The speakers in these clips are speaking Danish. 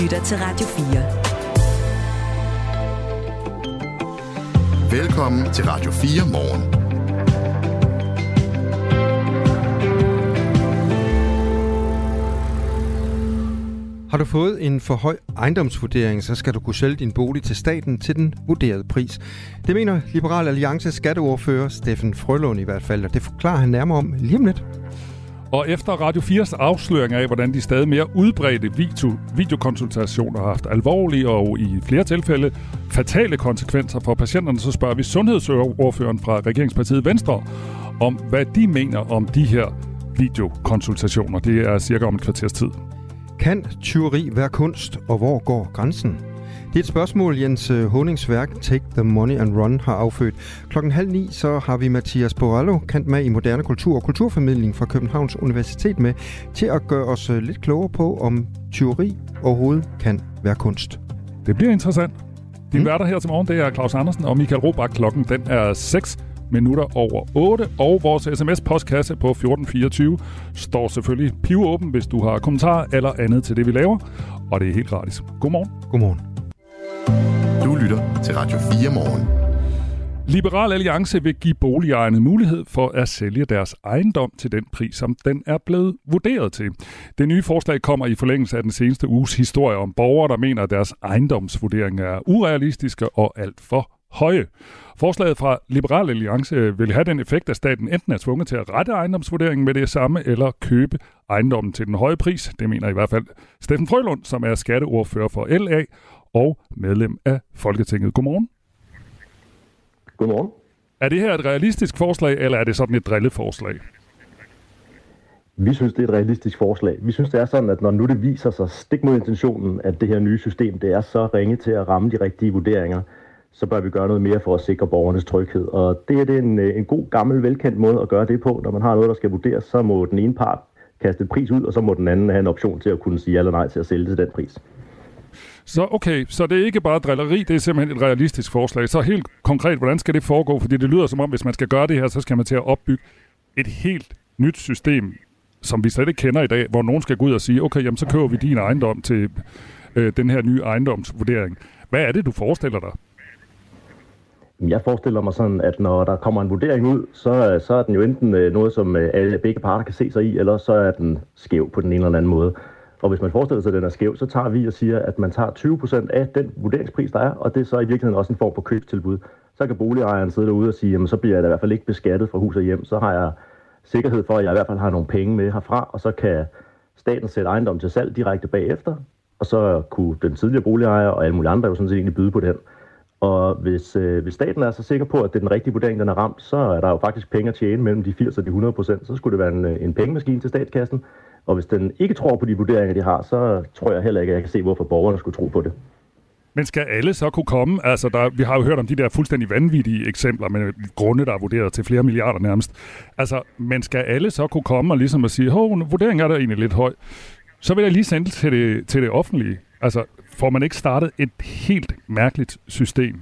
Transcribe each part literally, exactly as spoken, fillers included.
lytter til Radio fire. Velkommen til Radio fire Morgen. Har du fået en for høj ejendomsvurdering, så skal du kunne sælge din bolig til staten til den vurderede pris. Det mener Liberal Alliances skatteordfører Steffen Frølund i hvert fald, og det forklarer han nærmere om lige om lidt. Og efter Radio fires afsløring af, hvordan de stadig mere udbredte video, videokonsultationer har haft alvorlige og i flere tilfælde fatale konsekvenser for patienterne, så spørger vi sundhedsordføreren fra regeringspartiet Venstre om, hvad de mener om de her videokonsultationer. Det er cirka om et kvarters tid. Kan tyveri være kunst, og hvor går grænsen? Det er et spørgsmål, Jens Honingsværk, Take the Money and Run, har affødt. Klokken halv ni, så har vi Mathias Borrello, kendt med i moderne kultur og kulturformidling fra Københavns Universitet, med til at gøre os lidt klogere på, om tyveri overhovedet kan være kunst. Det bliver interessant. Din mm. værter her til morgen, det er Claus Andersen og Michael Robach. Klokken den er seks minutter over otte, og vores sms-postkasse på fjorten fireogtyve står selvfølgelig pivåben, hvis du har kommentarer eller andet til det, vi laver, og det er helt gratis. Godmorgen. Godmorgen. Du lytter til Radio fire Morgen. Liberal Alliance vil give boligejerne mulighed for at sælge deres ejendom til den pris, som den er blevet vurderet til. Det nye forslag kommer i forlængelse af den seneste uges historie om borgere, der mener, at deres ejendomsvurdering er urealistiske og alt for høje. Forslaget fra Liberal Alliance vil have den effekt, at staten enten er tvunget til at rette ejendomsvurderingen med det samme, eller købe ejendommen til den høje pris. Det mener i hvert fald Steffen Frølund, som er skatteordfører for L A og medlem af Folketinget. Godmorgen. Godmorgen. Er det her et realistisk forslag, eller er det sådan et drilleforslag? Vi synes, det er et realistisk forslag. Vi synes, det er sådan, at når nu det viser sig stik mod intentionen, at det her nye system, det er så ringe til at ramme de rigtige vurderinger, så bør vi gøre noget mere for at sikre borgernes tryghed. Og det er, det er en, en god, gammel, velkendt måde at gøre det på. Når man har noget, der skal vurderes, så må den ene part kaste en pris ud, og så må den anden have en option til at kunne sige ja eller nej til at sælge til den pris. Så okay, så det er ikke bare drilleri, det er simpelthen et realistisk forslag. Så helt konkret, hvordan skal det foregå? Fordi det lyder som om, hvis man skal gøre det her, så skal man til at opbygge et helt nyt system, som vi slet ikke kender i dag, hvor nogen skal gå ud og sige, okay, jamen så køber vi din ejendom til øh, den her nye ejendomsvurdering. Hvad er det, du forestiller dig? Jeg forestiller mig sådan, at når der kommer en vurdering ud, så, så er den jo enten noget, som alle, begge parter kan se sig i, eller så er den skæv på den ene eller anden måde. Og hvis man forestiller sig, at den er skæv, så tager vi og siger, at man tager tyve procent af den vurderingspris, der er, og det er så i virkeligheden også en form for købstilbud. Så kan boligejeren sidde derude og sige, jamen så bliver jeg da i hvert fald ikke beskattet fra hus og hjem, så har jeg sikkerhed for, at jeg i hvert fald har nogle penge med herfra, og så kan staten sætte ejendom til salg direkte bagefter, og så kunne den tidligere boligejer og alle mulige andre jo sådan set egentlig byde på den. Og hvis, øh, hvis staten er så sikker på, at det er den rigtige vurdering, den er ramt, så er der jo faktisk penge at tjene mellem de firs og de hundrede procent. Så skulle det være en, en pengemaskine til statskassen. Og hvis den ikke tror på de vurderinger, de har, så tror jeg heller ikke, at jeg kan se, hvorfor borgerne skulle tro på det. Men skal alle så kunne komme? Altså, der, vi har jo hørt om de der fuldstændig vanvittige eksempler med grunde, der er vurderet til flere milliarder nærmest. Altså, men skal alle så kunne komme og ligesom at sige, hov, vurderingen er der egentlig lidt høj. Så vil jeg lige sende til det, til det offentlige. Altså, får man ikke startet et helt mærkeligt system?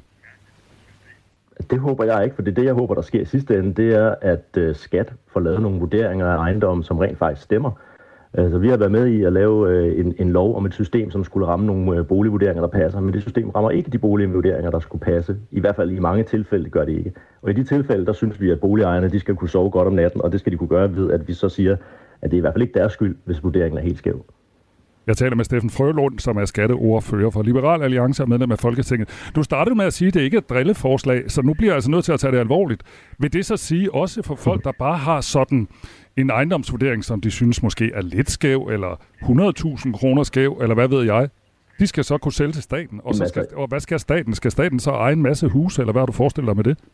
Det håber jeg ikke, for det, det jeg håber, der sker i sidste ende, det er, at uh, skat får lavet nogle vurderinger af ejendommen, som rent faktisk stemmer. Altså, vi har været med i at lave uh, en, en lov om et system, som skulle ramme nogle uh, boligvurderinger, der passer, men det system rammer ikke de boligvurderinger, der skulle passe. I hvert fald i mange tilfælde gør det ikke. Og i de tilfælde, der synes vi, at boligejerne de skal kunne sove godt om natten, og det skal de kunne gøre ved, at vi så siger, at det er i hvert fald ikke deres skyld, hvis vurderingen er helt skæv. Jeg taler med Steffen Frølund, som er skatteordfører for Liberal Alliance og medlem af Folketinget. Du startede med at sige, at det ikke er et drilleforslag, så nu bliver jeg altså nødt til at tage det alvorligt. Vil det så sige også for folk, der bare har sådan en ejendomsvurdering, som de synes måske er lidt skæv, eller hundrede tusind kroner skæv, eller hvad ved jeg, de skal så kunne sælge til staten? Og, så skal, og hvad skal staten? Skal staten så eje en masse huse, eller hvad har du forestillet dig med det?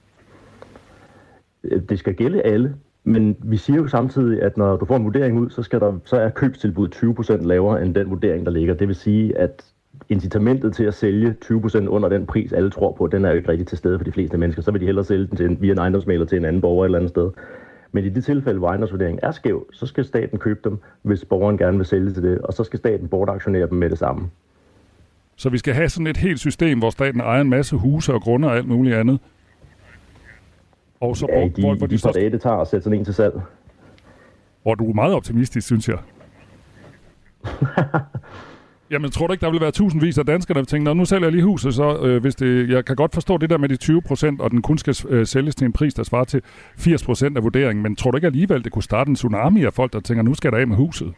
Det skal gælde alle. Men vi siger jo samtidig, at når du får en vurdering ud, så, skal der, så er købstilbuddet tyve procent lavere end den vurdering, der ligger. Det vil sige, at incitamentet til at sælge tyve procent under den pris, alle tror på, den er jo ikke rigtig til stede for de fleste mennesker. Så vil de hellere sælge den til en, via en ejendomsmægler til en anden borger et eller andet sted. Men i de tilfælde, hvor ejendomsvurderingen er skæv, så skal staten købe dem, hvis borgeren gerne vil sælge til det, og så skal staten bortaktionere dem med det samme. Så vi skal have sådan et helt system, hvor staten ejer en masse huse og grunde og alt muligt andet? Og så, ja, hvor, de, hvor, hvor de, de par dage, det tager at sætte sådan en til salg. Og du er meget optimistisk, synes jeg. Jamen, tror du ikke, der vil være tusindvis af danskere, der vil tænke, nu sælger jeg lige huset, så øh, hvis det, jeg kan godt forstå det der med de tyve procent, og den kun skal øh, sælges til en pris, der svarer til firs procent af vurderingen, men tror du ikke alligevel, det kunne starte en tsunami af folk, der tænker, nu skal der af med huset?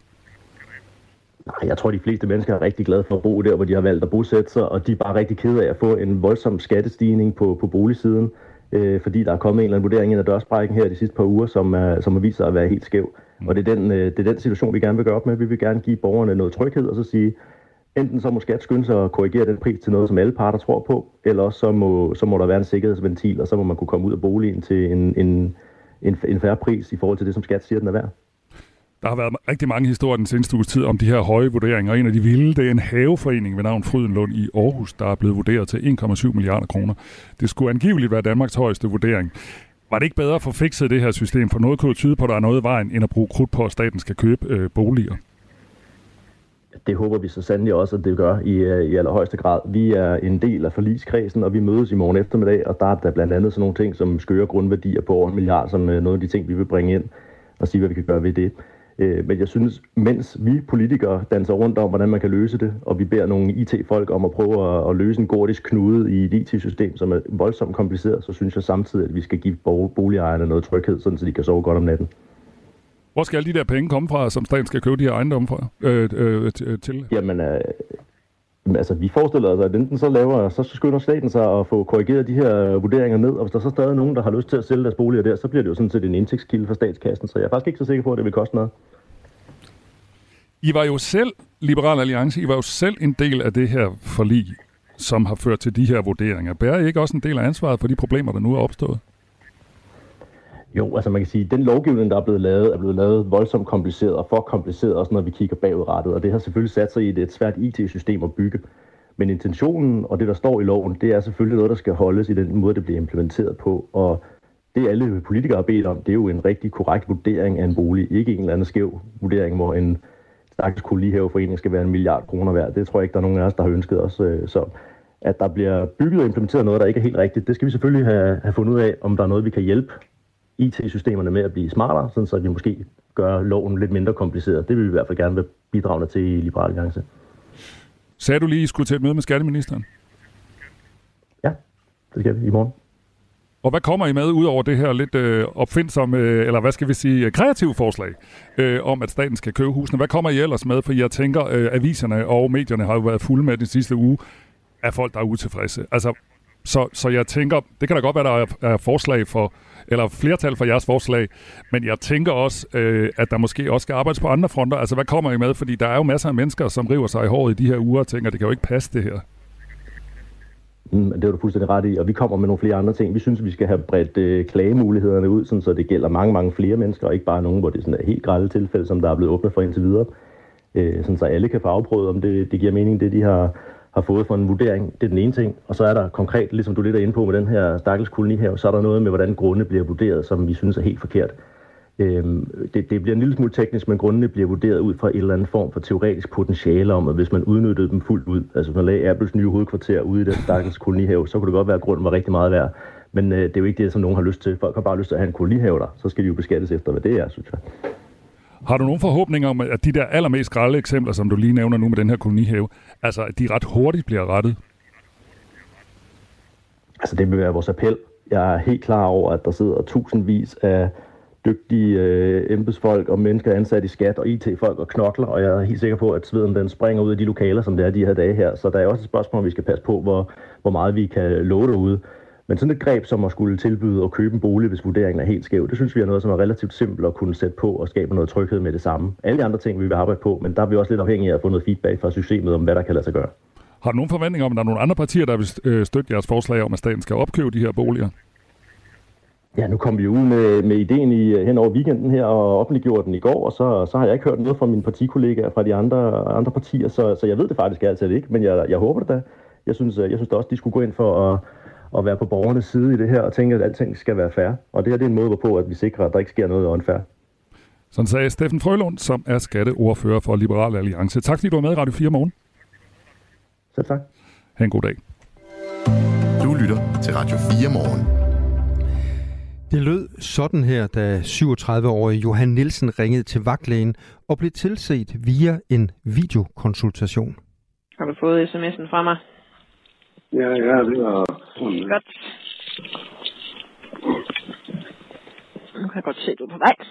Nej, jeg tror, de fleste mennesker er rigtig glade for at bo der, hvor de har valgt at bosætte sig, og de er bare rigtig kede af at få en voldsom skattestigning på, på boligsiden, øh, fordi der er kommet en eller anden vurdering ind ad dørsprækken her de sidste par uger, som, er, som har vist sig at være helt skæv. Mm. Og det er, den, øh, det er den situation, vi gerne vil gøre op med. Vi vil gerne give borgerne noget tryghed, og så sige, enten så må skat skynde sig at korrigere den pris til noget, som alle parter tror på, eller også så må, så må der være en sikkerhedsventil, og så må man kunne komme ud af boligen til en, en, en, en færre pris i forhold til det, som skat siger, den er værd. Der har været rigtig mange historier den seneste uges tid om de her høje vurderinger. En af de vilde, det er en haveforening ved navn Frydenlund i Aarhus, der er blevet vurderet til en komma syv milliarder kroner. Det skulle angiveligt være Danmarks højeste vurdering. Var det ikke bedre at få fikset det her system, for noget kunne jo tyde på, at der er noget i vejen, end at bruge krudt på, at staten skal købe øh, boliger? Det håber vi så sandelig også, at det gør i, i allerhøjeste grad. Vi er en del af forligskredsen, og vi mødes i morgen eftermiddag, og der er der blandt andet sådan nogle ting, som skøre grundværdier på over en milliard, som noget af de ting, vi vil bringe ind og sige, hvad vi kan gøre ved det. Men jeg synes, mens vi politikere danser rundt om, hvordan man kan løse det, og vi beder nogle I T-folk om at prøve at, at løse en gordisk knude i et I T-system, som er voldsomt kompliceret, så synes jeg samtidig, at vi skal give boligejerne noget tryghed, sådan så de kan sove godt om natten. Hvor skal alle de der penge komme fra, som staten skal købe de her ejendomme fra, øh, øh, til? Jamen, øh, altså, vi forestiller os, at enten så laver, så skynder staten sig at få korrigeret de her vurderinger ned, og hvis der så stadig er nogen, der har lyst til at sælge deres boliger der, så bliver det jo sådan set en indtægtskilde for statskassen, så jeg er faktisk ikke så sikker på, at det vil koste noget. I var jo selv, Liberal Alliance, I var jo selv en del af det her forlig, som har ført til de her vurderinger. Bærer I ikke også en del af ansvaret for de problemer, der nu er opstået? Jo, altså man kan sige, at den lovgivning, der er blevet lavet, er blevet lavet voldsomt kompliceret og for kompliceret, også når vi kigger bagudrettet. Og det har selvfølgelig sat sig i et svært I T-system at bygge. Men intentionen og det, der står i loven, det er selvfølgelig noget, der skal holdes i den måde, det bliver implementeret på. Og det alle politikere har bedt om, det er jo en rigtig korrekt vurdering af en bolig. Ikke en eller anden skæv vurdering, hvor en stakkels kolonihaveforening skal være en milliard kroner værd. Det tror jeg ikke, der er nogen af os, der har ønsket os. Så at der bliver bygget og implementeret noget, der ikke er helt rigtigt, det skal vi selvfølgelig have, have fundet ud af, om der er noget, vi kan hjælpe I T-systemerne med at blive smartere, sådan så vi måske gør loven lidt mindre kompliceret. Det vil vi i hvert fald gerne være bidragende til i Liberal Alliance. Sagde du lige, at I skulle til et møde med skatteministeren? Ja, det skal vi i morgen. Og hvad kommer I med ud over det her lidt øh, opfindsomme, øh, eller hvad skal vi sige, kreative forslag øh, om, at staten skal købe husene? Hvad kommer I ellers med? For jeg tænker, øh, aviserne og medierne har jo været fulde med den sidste uge af folk, der er utilfredse. Altså, så, så jeg tænker, det kan da godt være, der er, er forslag for, eller flertal for jeres forslag, men jeg tænker også, øh, at der måske også skal arbejdes på andre fronter. Altså, hvad kommer I med? Fordi der er jo masser af mennesker, som river sig i håret i de her uger og tænker, det kan jo ikke passe det her. Mm, det er du fuldstændig ret i, og vi kommer med nogle flere andre ting. Vi synes, vi skal have bredt øh, klagemulighederne ud, sådan, så det gælder mange, mange flere mennesker, og ikke bare nogen, hvor det er sådan et helt grelle tilfælde, som der er blevet åbnet for indtil videre. Øh, sådan, så alle kan få afprøvet, om det, det giver mening, det de har, har fået for en vurdering. Det er den ene ting. Og så er der konkret, ligesom du lidt er inde på med den her stakkels kolonihave, så er der noget med, hvordan grunde bliver vurderet, som vi synes er helt forkert. Øhm, det, det bliver en lille smule teknisk, men grundene bliver vurderet ud fra en eller anden form for teoretisk potentiale om, at hvis man udnyttede dem fuldt ud, altså hvis man lagde Apples nye hovedkvarter ude i den stakkels kolonihave, så kunne det godt være, at grunden var rigtig meget værd. Men øh, det er jo ikke det, som nogen har lyst til. Folk har bare lyst til at have en kolonihave der. Så skal de jo beskattes efter, hvad det er, synes jeg. Har du nogen forhåbninger om, at de der allermest grelle eksempler, som du lige nævner nu med den her kolonihave, altså at de ret hurtigt bliver rettet? Altså det vil være vores appel. Jeg er helt klar over, at der sidder tusindvis af dygtige øh, embedsfolk og mennesker ansat i skat og I T-folk og knokler, og jeg er helt sikker på, at sveden den springer ud af de lokaler, som det er de her dage her. Så der er også et spørgsmål, om vi skal passe på, hvor, hvor meget vi kan love derude. Men sådan et greb som at skulle tilbyde at købe en bolig, hvis vurderingen er helt skæv, det synes vi er noget, som er relativt simpelt at kunne sætte på og skabe noget tryghed med det samme. Alle de andre ting vi vil arbejde på, men der er vi også lidt afhængige af at få noget feedback fra systemet om, hvad der kan lade sig gøre. Har du nogen forventninger om, at der er nogle andre partier, der vil støtte jeres forslag om, at staten skal opkøbe de her boliger? Ja, nu kom vi ud med, med ideen i, hen over weekenden her og offentliggjorde den i går, og så, så har jeg ikke hørt noget fra mine partikollegaer fra de andre, andre partier, så, så jeg ved det faktisk altid ikke, men jeg, jeg håber det da. Jeg synes, jeg synes da også, de skulle gå ind for at, at være på borgernes side i det her og tænke, at alting skal være fair. Og det her det er en måde, hvorpå at vi sikrer, at der ikke sker noget unfair. Sådan sagde Steffen Frølund, som er skatteordfører for Liberal Alliance. Tak fordi du var med i Radio fire morgen. Selv tak. Ha' en god dag. Du lytter til Radio fire morgen. Det lød sådan her, da syvogtredive-årige Johan Nielsen ringede til vagtlægen og blev tilset via en videokonsultation. Har du fået sms'en fra mig? Ja, ja, det var... Godt. Nu kan jeg godt se, at du er på vej.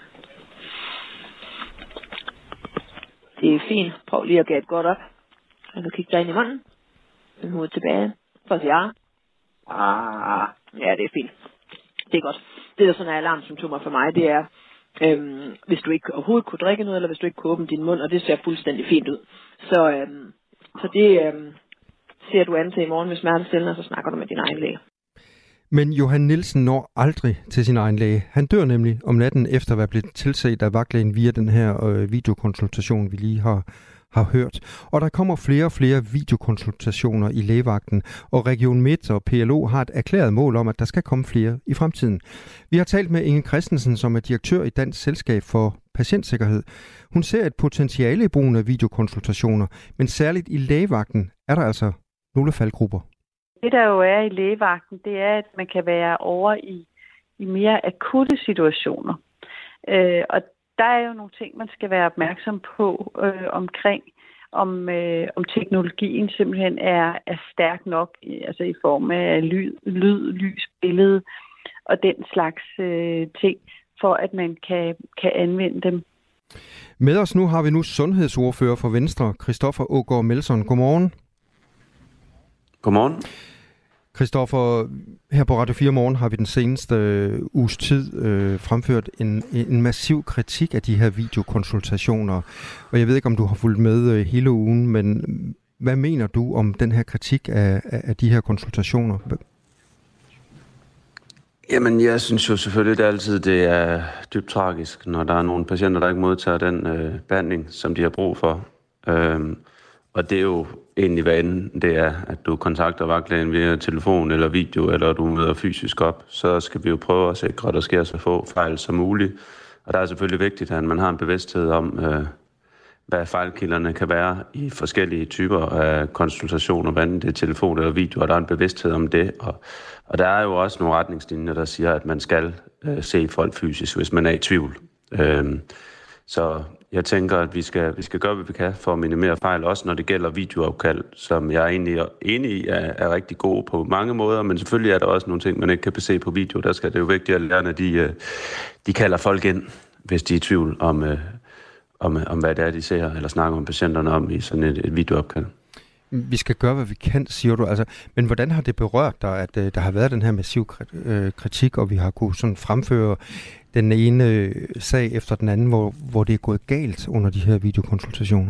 Det er fint. Prøv lige at gætte godt op. Så du kigger dig ind i munden. Den hovedet tilbage. For at sige ja. Ah, ja, det er fint. Det er godt. Det, der sådan er alarmsymptomer for mig, det er, øhm, hvis du ikke overhovedet kunne drikke noget, eller hvis du ikke kunne åbne din mund, og det ser fuldstændig fint ud. Så, øhm, så det øhm, ser du an til i morgen med smertestillende, og så snakker du med din egen læge. Men Johan Nielsen når aldrig til sin egen læge. Han dør nemlig om natten efter at være blevet tilset af vagtlægen via den her øh, videokonsultation, vi lige har, har hørt. Og der kommer flere og flere videokonsultationer i lægevagten, og Region Midt og P L O har et erklæret mål om, at der skal komme flere i fremtiden. Vi har talt med Inge Christensen, som er direktør i Dansk Selskab for Patientsikkerhed. Hun ser et potentiale i brugen af videokonsultationer, men særligt i lægevagten er der altså nogle faldgrupper. Det, der jo er i lægevagten, det er, at man kan være over i, i mere akutte situationer. Øh, og der er jo nogle ting, man skal være opmærksom på øh, omkring, om, øh, om teknologien simpelthen er, er stærk nok, altså i form af lyd, lyd lys, billede og den slags øh, ting, for at man kan, kan anvende dem. Med os nu har vi nu sundhedsordfører for Venstre, Christoffer Aagaard Melson. Godmorgen. Godmorgen. Christoffer, her på Radio fire Morgen har vi den seneste øh, uges tid øh, fremført en, en massiv kritik af de her videokonsultationer. Og jeg ved ikke, om du har fulgt med øh, hele ugen, men hvad mener du om den her kritik af, af, af de her konsultationer? Jamen, jeg synes jo selvfølgelig, at altid det er dybt tragisk, når der er nogle patienter, der ikke modtager den øh, behandling, som de har brug for. Øhm, og det er jo egentlig, hvad end det er, at du kontakter vagtlægen via telefon eller video, eller du møder fysisk op, så skal vi jo prøve at sikre, at der sker så få fejl som muligt. Og der er selvfølgelig vigtigt, at man har en bevidsthed om, øh, hvad fejlkilderne kan være i forskellige typer af konsultationer, hvad enten det er telefon eller video, og der er en bevidsthed om det. Og, og der er jo også nogle retningslinjer, der siger, at man skal øh, se folk fysisk, hvis man er i tvivl. Øh, så jeg tænker, at vi skal, vi skal gøre, hvad vi kan for at minimere fejl, også når det gælder videoopkald, som jeg er egentlig enig i er, er rigtig gode på mange måder, men selvfølgelig er der også nogle ting, man ikke kan se på video. Der skal det jo vigtigt, at lærerne de, de kalder folk ind, hvis de er i tvivl om, om, om hvad det er, de ser, eller snakker om patienterne om i sådan et, et videoopkald. Vi skal gøre, hvad vi kan, siger du. Altså, men hvordan har det berørt dig, at uh, der har været den her massiv kritik, og vi har kunnet sådan fremføre den ene sag efter den anden, hvor, hvor det er gået galt under de her videokonsultationer?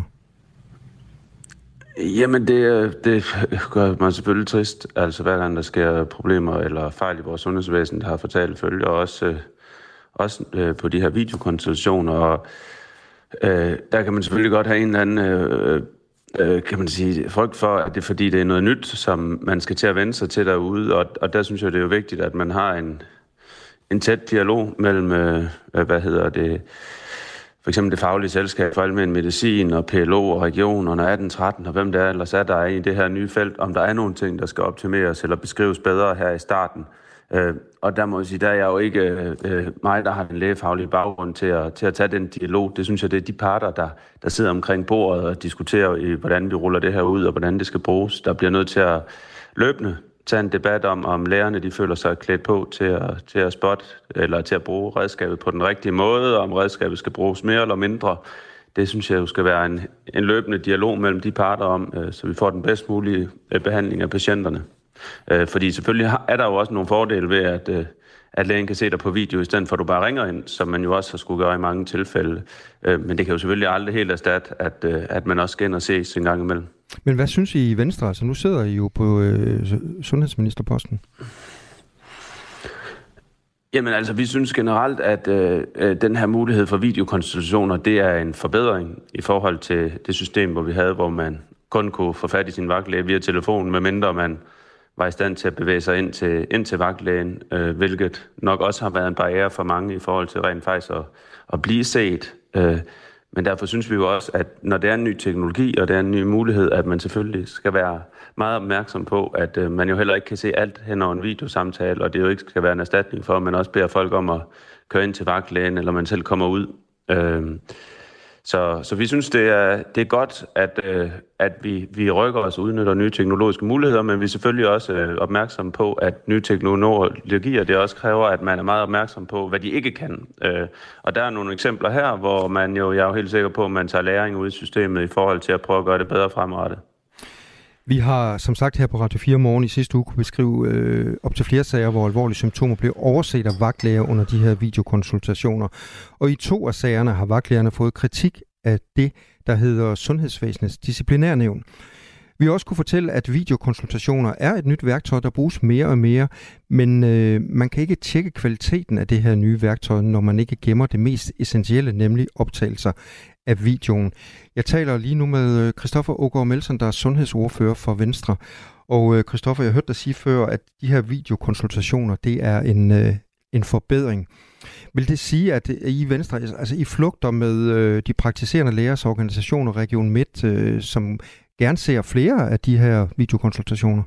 Jamen, det, det gør mig selvfølgelig trist. Altså, hver gang der sker problemer eller fejl i vores sundhedsvæsen, der har fortalt følger også, også øh, på de her videokonsultationer. Og øh, der kan man selvfølgelig godt have en eller anden... Øh, kan man sige, frygt for, at det er fordi, det er noget nyt, som man skal til at vende sig til derude, og, og der synes jeg, det er jo vigtigt, at man har en, en tæt dialog mellem, øh, hvad hedder det, for eksempel det faglige selskab for almen medicin og P L O og regionerne atten tretten, og hvem der er, ellers er der i det her nye felt, om der er nogle ting, der skal optimeres eller beskrives bedre her i starten. Øh, og der må jeg sige, der er jeg jo ikke øh, mig, der har en lægefaglig baggrund til at, til at tage den dialog. Det synes jeg, det er de parter, der, der sidder omkring bordet og diskuterer, i, hvordan vi ruller det her ud, og hvordan det skal bruges. Der bliver nødt til at løbende tage en debat om, om lærerne de føler sig klædt på til at, til at spotte, eller til at bruge redskabet på den rigtige måde, og om redskabet skal bruges mere eller mindre. Det synes jeg jo skal være en, en løbende dialog mellem de parter om, øh, så vi får den bedst mulige behandling af patienterne. Øh, fordi selvfølgelig er der jo også nogle fordele ved, at, øh, at lægen kan se dig på video, i stedet for at du bare ringer ind, som man jo også har skulle gøre i mange tilfælde. Øh, men det kan jo selvfølgelig aldrig helt erstatte, at, øh, at man også skal ind og ses en gang imellem. Men hvad synes I i Venstre? Altså nu sidder I jo på øh, sundhedsministerposten. Jamen altså, vi synes generelt, at øh, den her mulighed for videokonsultationer, det er en forbedring i forhold til det system, hvor vi havde, hvor man kun kunne få fat i sin vagtlæge via telefonen, medmindre man var i stand til at bevæge sig ind til, ind til vagtlægen, øh, hvilket nok også har været en barriere for mange i forhold til rent faktisk at, at blive set. Øh, men derfor synes vi jo også, at når det er en ny teknologi, og det er en ny mulighed, at man selvfølgelig skal være meget opmærksom på, at øh, man jo heller ikke kan se alt hen over en videosamtale, og det jo ikke skal være en erstatning for, at man også beder folk om at køre ind til vagtlægen, eller man selv kommer ud. Øh, Så, så vi synes, det er, det er godt, at, øh, at vi, vi rykker os og udnytter nye teknologiske muligheder, men vi er selvfølgelig også øh, opmærksomme på, at nye teknologier, det også kræver, at man er meget opmærksom på, hvad de ikke kan. Øh, og der er nogle eksempler her, hvor man jo, jeg er jo helt sikker på, at man tager læring ud i systemet i forhold til at prøve at gøre det bedre fremadrettet. Vi har som sagt her på Radio fire Morgen i sidste uge kunne beskrive øh, op til flere sager, hvor alvorlige symptomer blev overset af vagtlæger under de her videokonsultationer. Og i to af sagerne har vagtlægerne fået kritik af det, der hedder Sundhedsvæsenets disciplinærnævn. Vi har også kunne fortælle, at videokonsultationer er et nyt værktøj, der bruges mere og mere, men øh, man kan ikke tjekke kvaliteten af det her nye værktøj, når man ikke gemmer det mest essentielle, nemlig optagelser af videoen. Jeg taler lige nu med Christoffer Aagaard Melson, der er sundhedsordfører for Venstre. Og Christoffer, jeg hørte dig sige før, at de her videokonsultationer, det er en, en forbedring. Vil det sige, at I Venstre, altså I flugter med de praktiserende lægers organisation og Region Midt, som gerne ser flere af de her videokonsultationer?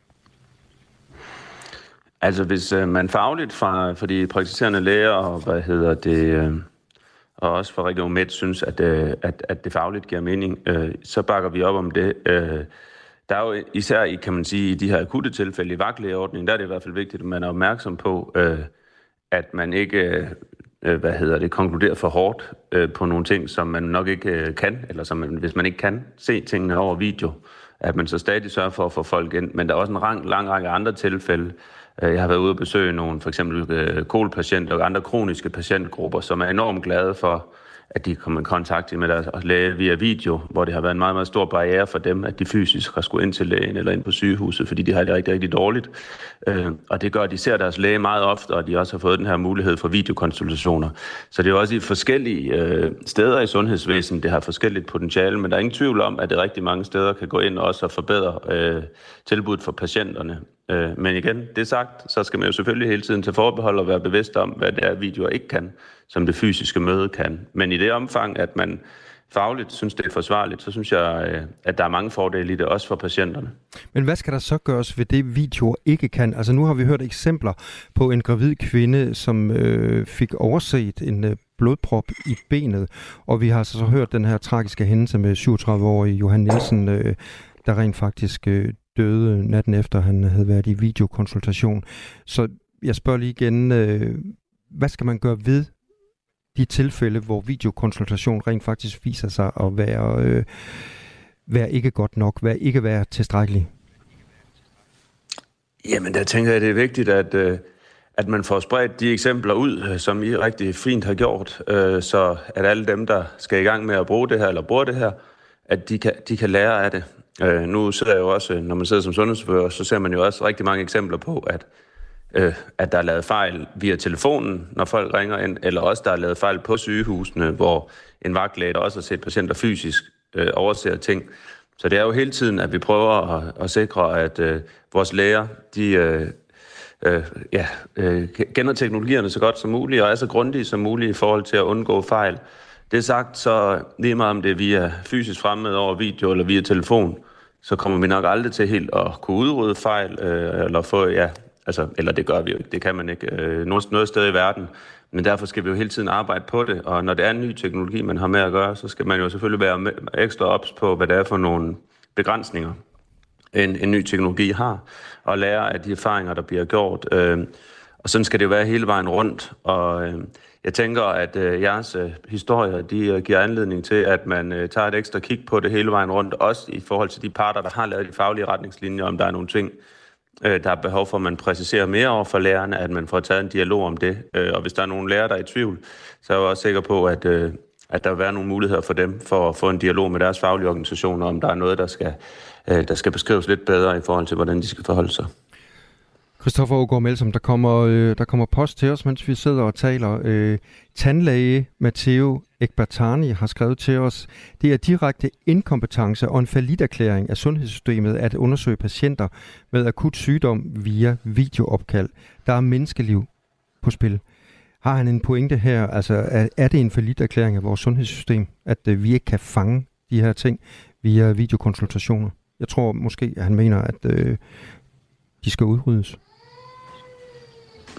Altså hvis man fagligt fra, fra de praktiserende læger og hvad hedder det... og også for Region Midt synes, at, at, at det fagligt giver mening, øh, så bakker vi op om det. Øh, der er jo især i, kan man sige, i de her akutte tilfælde i vagtlægeordningen, der er det i hvert fald vigtigt, at man er opmærksom på, øh, at man ikke øh, hvad hedder det, konkluderer for hårdt øh, på nogle ting, som man nok ikke øh, kan, eller som man, hvis man ikke kan se tingene over video, at man så stadig sørger for at få folk ind. Men der er også en lang, lang række andre tilfælde. Jeg har været ude og besøge nogle, for eksempel kolpatienter og andre kroniske patientgrupper, som er enormt glade for, at de kommer i kontakt med deres læge via video, hvor det har været en meget, meget stor barriere for dem, at de fysisk har skulle ind til lægen eller ind på sygehuset, fordi de har det rigtig, rigtig dårligt. Og det gør, at de ser deres læge meget ofte, og de også har fået den her mulighed for videokonsultationer. Så det er jo også i forskellige steder i sundhedsvæsenet, det har forskelligt potentiale, men der er ingen tvivl om, at det rigtig mange steder kan gå ind og også forbedre øh, tilbuddet for patienterne. Men igen, det sagt, så skal man jo selvfølgelig hele tiden tage forbehold og være bevidst om, hvad det er, videoer ikke kan, som det fysiske møde kan. Men i det omfang, at man fagligt synes, det er forsvarligt, så synes jeg, at der er mange fordele i det, også for patienterne. Men hvad skal der så gøres ved det, videoer ikke kan? Altså nu har vi hørt eksempler på en gravid kvinde, som øh, fik overset en øh, blodprop i benet, og vi har så, så hørt den her tragiske hændelse med syvogtredive-årige Johan Nielsen, øh, der rent faktisk øh, døde natten efter, han havde været i videokonsultation. Så jeg spørger lige igen, øh, hvad skal man gøre ved de tilfælde, hvor videokonsultation rent faktisk viser sig at være, øh, være ikke godt nok, være ikke være tilstrækkelig? Jamen, der tænker jeg, det er vigtigt, at, øh, at man får spredt de eksempler ud, som I rigtig fint har gjort, øh, så at alle dem, der skal i gang med at bruge det her, eller bruger det her, at de kan, de kan lære af det. Øh, nu sidder jeg jo også, når man sidder som sundhedsfører, så ser man jo også rigtig mange eksempler på, at, øh, at der er lavet fejl via telefonen, når folk ringer ind, eller også der er lavet fejl på sygehusene, hvor en vagtlæge, der også har set patienter fysisk, øh, overser ting. Så det er jo hele tiden, at vi prøver at, at sikre, at øh, vores læger, de øh, øh, ja, øh, kender teknologierne så godt som muligt, og er så grundige som muligt i forhold til at undgå fejl. Det er sagt, så lige meget om det er via fysisk fremmøde over video eller via telefon, så kommer vi nok aldrig til helt at kunne udrydde fejl, øh, eller få, ja, altså, eller det gør vi jo ikke, det kan man ikke øh, noget, noget sted i verden. Men derfor skal vi jo hele tiden arbejde på det, og når det er en ny teknologi, man har med at gøre, så skal man jo selvfølgelig være med, ekstra ops på, hvad det er for nogle begrænsninger, en, en ny teknologi har, og lære af de erfaringer, der bliver gjort. Øh, og sådan skal det jo være hele vejen rundt, og øh, jeg tænker, at øh, jeres øh, historier, de øh, giver anledning til, at man øh, tager et ekstra kig på det hele vejen rundt, også i forhold til de parter, der har lavet de faglige retningslinjer, om der er nogle ting, øh, der er behov for, at man præciserer mere over for lærerne, at man får taget en dialog om det. Øh, og hvis der er nogle lærere, der er i tvivl, så er jeg også sikker på, at, øh, at der vil være nogle muligheder for dem for at få en dialog med deres faglige organisationer, om der er noget, der skal, øh, der skal beskrives lidt bedre i forhold til, hvordan de skal forholde sig. Christoffer Aagaard Melson, der kommer, øh, der kommer post til os, mens vi sidder og taler. Øh, tandlæge Matteo Ekbertani har skrevet til os, det er direkte inkompetence og en falliterklæring af sundhedssystemet at undersøge patienter med akut sygdom via videoopkald. Der er menneskeliv på spil. Har han en pointe her? Altså, er, er det en falliterklæring af vores sundhedssystem, at øh, vi ikke kan fange de her ting via videokonsultationer? Jeg tror måske, at han mener, at øh, de skal udryddes.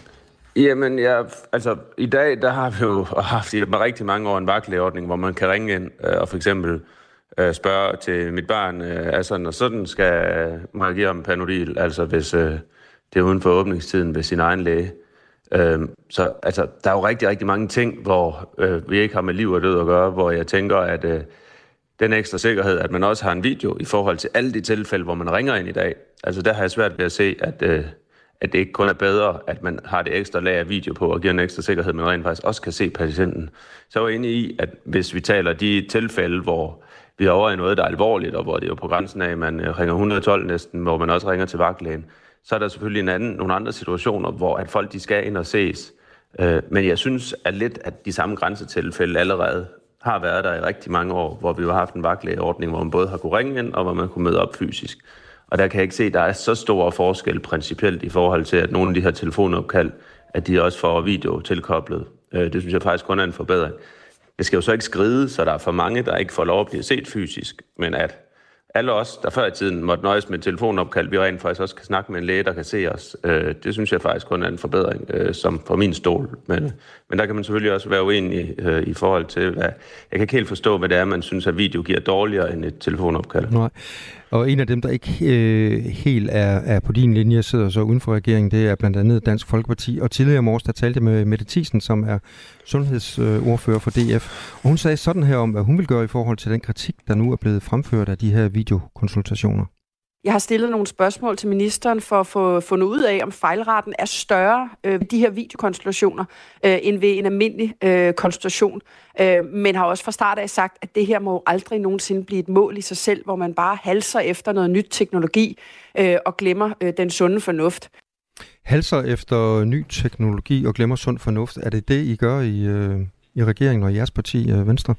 Jamen, ja, altså i dag, der har vi jo haft i rigtig mange år en vagtlægeordning, hvor man kan ringe ind øh, og for eksempel øh, spørge til mit barn, øh, er sådan og sådan, skal man give ham Panodil, altså hvis øh, det er uden for åbningstiden ved sin egen læge. Øh, så altså, der er jo rigtig, rigtig mange ting, hvor øh, vi ikke har med liv og død at gøre, hvor jeg tænker, at øh, den ekstra sikkerhed, at man også har en video i forhold til alle de tilfælde, hvor man ringer ind i dag. Altså der har jeg svært ved at se, at, øh, at det ikke kun er bedre, at man har det ekstra lag af video på og giver en ekstra sikkerhed, men rent faktisk også kan se patienten. Så er jeg inde i, at hvis vi taler de tilfælde, hvor vi er over i noget, der er alvorligt, og hvor det er jo på grænsen af, at man ringer et hundrede og tolv næsten, hvor man også ringer til vagtlægen, så er der selvfølgelig en anden, nogle andre situationer, hvor at folk de skal ind og ses. Øh, men jeg synes at lidt, at de samme grænsetilfælde allerede har været der i rigtig mange år, hvor vi har haft en vagtlægeordning, hvor man både har kunne ringe ind, og hvor man kunne møde op fysisk. Og der kan jeg ikke se, at der er så stor forskel principielt i forhold til, at nogle af de her telefonopkald, at de også får video tilkoblet. Det synes jeg faktisk kun er en forbedring. Det skal jo så ikke skride, så der er for mange, der ikke får lov at blive set fysisk, men at alle os, der før i tiden måtte nøjes med telefonopkald, vi rent faktisk også kan snakke med en læge, der kan se os. Det synes jeg faktisk kun er en forbedring, som for min stol. Men, men der kan man selvfølgelig også være uenig i forhold til, hvad... Jeg kan ikke helt forstå, hvad det er, man synes, at video giver dårligere end et telefonopkald. Nej. Og en af dem, der ikke øh, helt er, er på din linje, sidder så uden for regeringen, det er blandt andet Dansk Folkeparti. Og tidligere i morges, der talte med Mette Thiesen, som er sundhedsordfører for D F. Og hun sagde sådan her om, hvad hun vil gøre i forhold til den kritik, der nu er blevet fremført af de her videokonsultationer. Jeg har stillet nogle spørgsmål til ministeren for at få fundet ud af, om fejlraten er større øh, ved de her videokonsultationer øh, end ved en almindelig øh, konsultation. Øh, men har også fra start af sagt, at det her må aldrig nogensinde blive et mål i sig selv, hvor man bare halser efter noget nyt teknologi øh, og glemmer øh, den sunde fornuft. Halser efter ny teknologi og glemmer sund fornuft. Er det det, I gør i, øh, i regeringen og i jeres parti, øh, Venstre?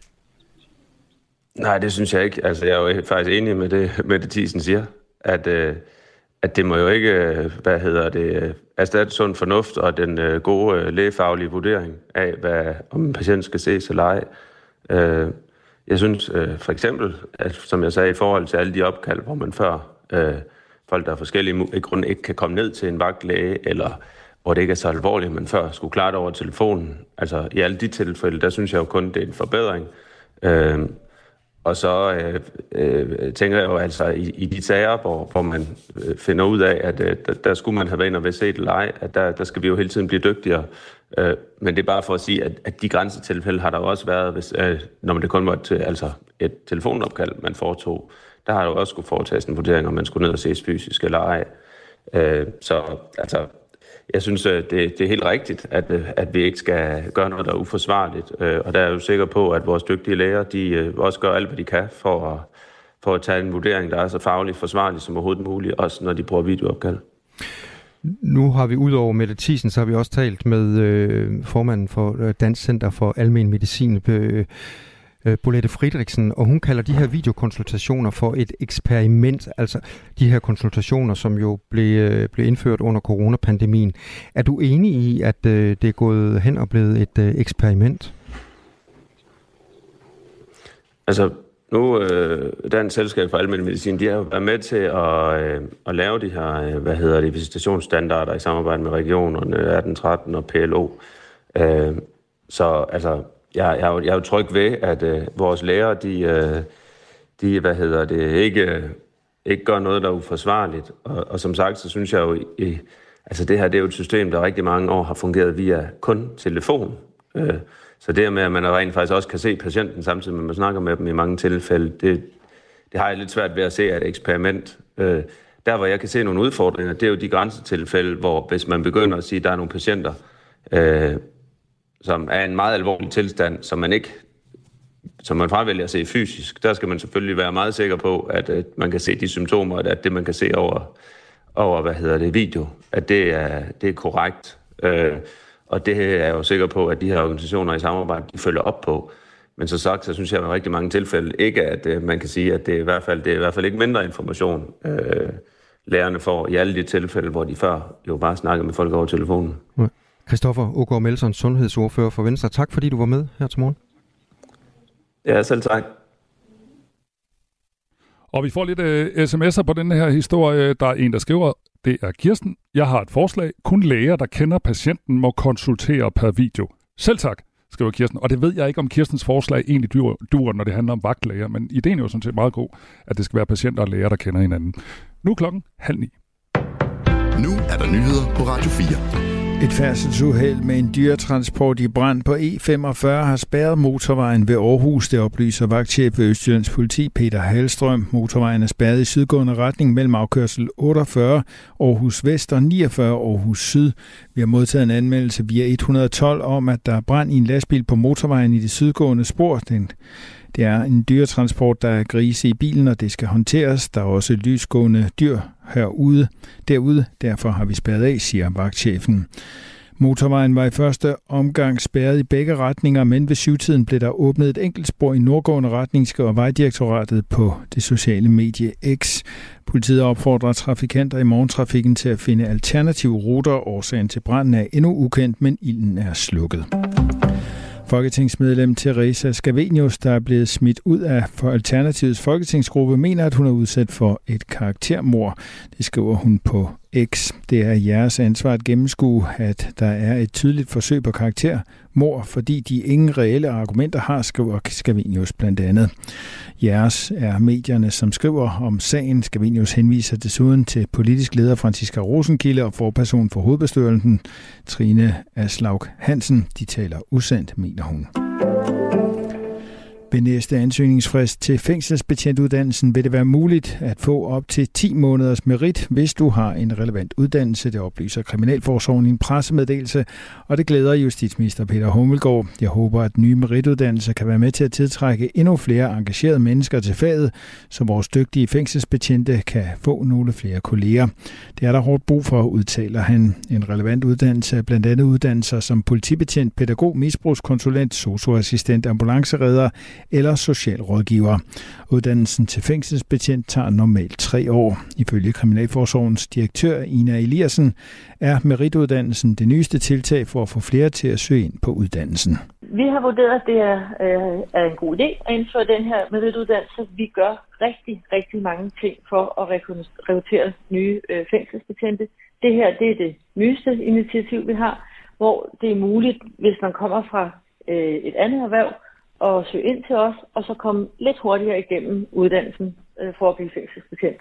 Nej, det synes jeg ikke. Altså, jeg er jo faktisk enig med det, Mette Thiesen siger. At, øh, at det må jo ikke, hvad hedder det, erstatte sund fornuft og den øh, gode øh, lægefaglige vurdering af, hvad, om en patient skal ses eller ej. Øh, jeg synes øh, for eksempel, at, som jeg sagde, i forhold til alle de opkald, hvor man før øh, folk, der er forskellige, i grunden ikke kan komme ned til en vagtlæge, eller hvor det ikke er så alvorligt, men før skulle klare det over telefonen. Altså i alle de tilfælde, der synes jeg jo kun, det er en forbedring. Øh, Og så øh, øh, tænker jeg jo altså i, i de sager, hvor, hvor man øh, finder ud af, at øh, der, der skulle man have været inde og være set eller ej, at der, der skal vi jo hele tiden blive dygtigere. Øh, men det er bare for at sige, at, at de grænsetilfælde har der jo også været, hvis, øh, når man det kun var til, altså et telefonopkald, man foretog. Der har jo også skulle foretages en vurdering, om man skulle ned og ses fysisk eller ej. Øh, så altså... Jeg synes, det, det er helt rigtigt, at, at vi ikke skal gøre noget, der er uforsvarligt. Og der er jeg jo sikker på, at vores dygtige læger, de også gør alt, hvad de kan for at, for at tage en vurdering, der er så fagligt forsvarlig som overhovedet muligt, også når de bruger videoopkald. Nu har vi ud over Mette Thiesen, så har vi også talt med øh, formanden for Dansk Center for Almen Medicin, øh, Bolette Friedrichsen, og hun kalder de her videokonsultationer for et eksperiment, altså de her konsultationer, som jo blev, blev indført under coronapandemien. Er du enig i, at det er gået hen og blevet et eksperiment? Altså, nu øh, Dansk Selskab for Almen Medicin, de har været med til at, øh, at lave de her, hvad hedder det, visitationsstandarder i samarbejde med regionerne, atten tretten og P L O. Øh, så altså, Jeg, jeg, er jo, jeg er jo tryg ved, at øh, vores læger, de, øh, de, hvad hedder det, ikke, ikke gør noget, der er uforsvarligt. Og, og som sagt, så synes jeg jo, i, altså det her, det er jo et system, der rigtig mange år har fungeret via kun telefon. Øh, så det med, at man rent faktisk også kan se patienten samtidig med, at man snakker med dem i mange tilfælde, det, det har jeg lidt svært ved at se af et eksperiment. Øh, der, hvor jeg kan se nogle udfordringer, det er jo de grænsetilfælde, hvor hvis man begynder at sige, at der er nogle patienter, øh, som er en meget alvorlig tilstand, som man ikke, som man fravælger at se fysisk, der skal man selvfølgelig være meget sikker på, at, at man kan se de symptomer, at det, man kan se over, over hvad hedder det, video, at det er, det er korrekt. Øh, og det er jeg jo sikker på, at de her organisationer i samarbejde, de følger op på. Men så sagt, så synes jeg, at i rigtig mange tilfælde ikke, at uh, man kan sige, at det er i hvert fald, det er i hvert fald ikke mindre information, øh, lærerne får i alle de tilfælde, hvor de før jo bare snakkede med folk over telefonen. Ja. Christoffer Aagaard Melson, sundhedsordfører for Venstre. Tak fordi du var med her til morgen. Ja, selv tak. Og vi får lidt uh, sms'er på den her historie. Der er en, der skriver, det er Kirsten. Jeg har et forslag. Kun læger, der kender patienten, må konsultere per video. Selv tak, skriver Kirsten. Og det ved jeg ikke, om Kirstens forslag egentlig dur, når det handler om vagtlæger. Men ideen er jo sådan set meget god, at det skal være patienter og læger, der kender hinanden. Nu er klokken halv ni. Nu er der nyheder på Radio fire. Et færdselsuheld med en dyretransport i brand på E femogfyrre har spærret motorvejen ved Aarhus. Det oplyser vagtchef ved Østjyllands Politi Peter Hallstrøm. Motorvejen er spærret i sydgående retning mellem afkørsel otteogfyrre Aarhus Vest og niogfyrre Aarhus Syd. Vi har modtaget en anmeldelse via et hundrede og tolv om, at der er brand i en lastbil på motorvejen i det sydgående spor. Den Det er en dyretransport, der er grise i bilen, og det skal håndteres. Der er også lysgående dyr herude. Derude, derfor har vi spærret af, siger vagtchefen. Motorvejen var i første omgang spærret i begge retninger, men ved syvtiden blev der åbnet et enkelt spor i nordgående retning, skriver Vejdirektoratet på det sociale medie X. Politiet opfordrer trafikanter i morgentrafikken til at finde alternative ruter. Årsagen til branden er endnu ukendt, men ilden er slukket. Folketingsmedlem Teresa Scavenius, der er blevet smidt ud af for Alternativets folketingsgruppe, mener, at hun er udsat for et karaktermord. Det skriver hun på X. Det er jeres ansvar at gennemskue, at der er et tydeligt forsøg på karaktermord, fordi de ingen reelle argumenter har, skriver Scavenius blandt andet. Jeres er medierne, som skriver om sagen. Scavenius henviser desuden til politisk leder Franciska Rosenkilde og forperson for hovedbestyrelsen Trine Aslaug Hansen. De taler usandt, mener hun. Ved næste ansøgningsfrist til fængselsbetjentuddannelsen vil det være muligt at få op til ti måneders merit, hvis du har en relevant uddannelse. Det oplyser Kriminalforsorgen i en pressemeddelelse, og det glæder justitsminister Peter Hummelgaard. Jeg håber, at nye merituddannelser kan være med til at tiltrække endnu flere engagerede mennesker til faget, så vores dygtige fængselsbetjente kan få nogle flere kolleger. Det er der hårdt brug for, udtaler han. En relevant uddannelse er blandt andet uddannelser som politibetjent, pædagog, misbrugskonsulent, sosu-assistent, ambulanceredder eller socialrådgiver. Uddannelsen til fængselsbetjent tager normalt tre år. Ifølge Kriminalforsorgens direktør Ina Eliassen er merituddannelsen det nyeste tiltag for at få flere til at søge ind på uddannelsen. Vi har vurderet, at det er, øh, er en god idé at indføre den her merituddannelse. Vi gør rigtig, rigtig mange ting for at rekruttere nye øh, fængselsbetjente. Det her det er det nyeste initiativ, vi har, hvor det er muligt, hvis man kommer fra øh, et andet erhverv, og søge ind til os, og så komme lidt hurtigere igennem uddannelsen øh, for at blive fængselsbetjent.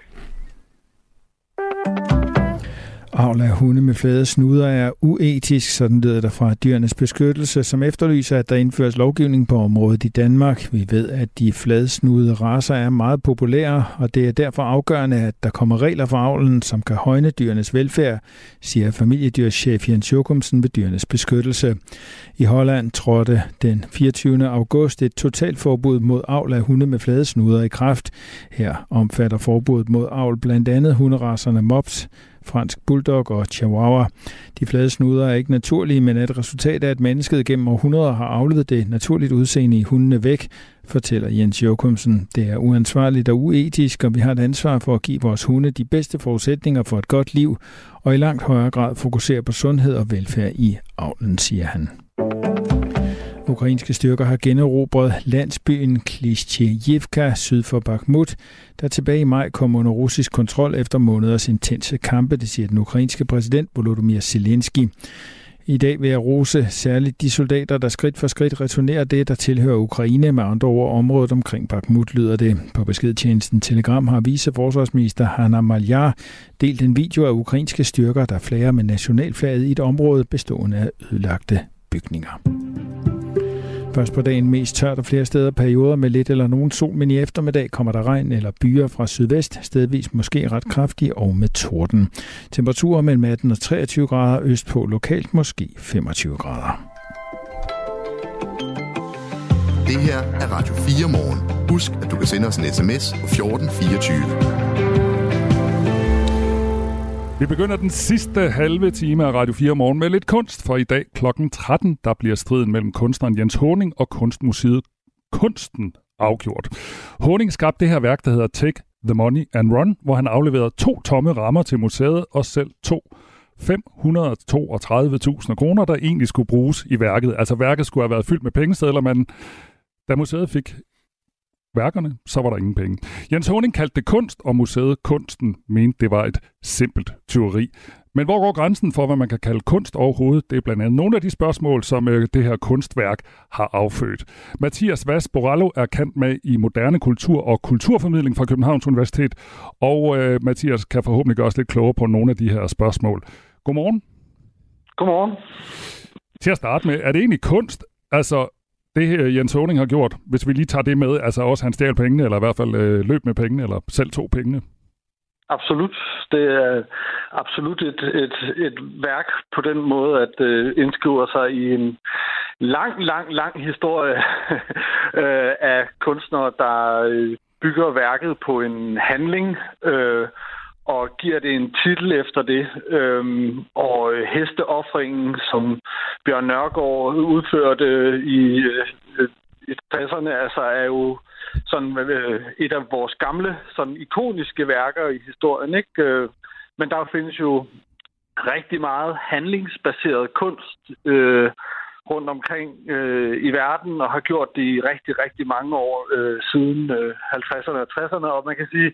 Avl af hunde med flade snuder er uetisk, sådan lyder der fra Dyrenes Beskyttelse, som efterlyser, at der indføres lovgivning på området i Danmark. Vi ved, at de fladsnudede racer er meget populære, og det er derfor afgørende, at der kommer regler for avlen, som kan højne dyrenes velfærd, siger familiedyrschef Jens Jokumsen ved Dyrenes Beskyttelse. I Holland trådte den fireogtyvende august et totalforbud mod avl af hunde med flade snuder i kraft. Her omfatter forbuddet mod avl blandt andet hunderacerne mops, fransk bulldog og chihuahua. De flade snuder er ikke naturlige, men er et resultat af, at mennesket gennem århundreder har aflevet det naturligt udseende i hundene væk, fortæller Jens Jokumsen. Det er uansvarligt og uetisk, og vi har et ansvar for at give vores hunde de bedste forudsætninger for et godt liv, og i langt højere grad fokusere på sundhed og velfærd i avlen, siger han. Ukrainske styrker har generobret landsbyen Klishchevka syd for Bakhmut, der tilbage i maj kom under russisk kontrol efter måneders intense kampe, det siger den ukrainske præsident Volodymyr Zelensky. I dag vil jeg rose særligt de soldater, der skridt for skridt returnerer det, der tilhører Ukraine, med andre ord området omkring Bakhmut, lyder det. På beskedtjenesten Telegram har viceforsvarsminister Hanna Maliar delt en video af ukrainske styrker, der flager med nationalflaget i et område bestående af ødelagte bygninger. Først på dagen mest tørt og flere steder perioder med lidt eller nogen sol, men i eftermiddag kommer der regn eller byer fra sydvest, stedvis måske ret kraftige og med torden. Temperaturer mellem atten og treogtyve grader, østpå lokalt måske femogtyve grader. Det her er Radio fire morgen. Husk, at du kan sende os en sms på fjorten fireogtyve. Vi begynder den sidste halve time af Radio fire morgen med lidt kunst, for i dag klokken tretten, der bliver striden mellem kunstneren Jens Haaning og kunstmuseet Kunsten afgjort. Haaning skabte det her værk, der hedder Take the Money and Run, hvor han afleverede to tomme rammer til museet og selv to fem hundrede og toogtredive tusind kroner, der egentlig skulle bruges i værket. Altså værket skulle have været fyldt med pengesedler, men da museet fik værkerne, så var der ingen penge. Jens Honing kaldte det kunst, og museet Kunsten mente, det var et simpelt tyveri. Men hvor går grænsen for, hvad man kan kalde kunst overhovedet? Det er blandt andet nogle af de spørgsmål, som øh, det her kunstværk har affødt. Mathias Vass Borallo er kendt med i moderne kultur og kulturformidling fra Københavns Universitet, og øh, Mathias kan forhåbentlig gøre os lidt klogere på nogle af de her spørgsmål. Godmorgen. Godmorgen. Til at starte med, er det egentlig kunst? Altså, det her Jens Honing har gjort, hvis vi lige tager det med, altså også han stjal pengene, eller i hvert fald øh, løb med pengene, eller selv tog pengene? Absolut. Det er absolut et, et, et værk på den måde, at øh, indskriver sig i en lang, lang, lang historie øh, af kunstnere, der øh, bygger værket på en handling, øh, og giver det en titel efter det. Øhm, og hesteoffringen, som Bjørn Nørgaard udførte i, øh, i tresserne, altså er jo sådan øh, et af vores gamle, sådan ikoniske værker i historien, ikke? Øh, men der findes jo rigtig meget handlingsbaseret kunst øh, rundt omkring øh, i verden, og har gjort det i rigtig, rigtig mange år øh, siden øh, halvtredserne og tresserne, og man kan sige,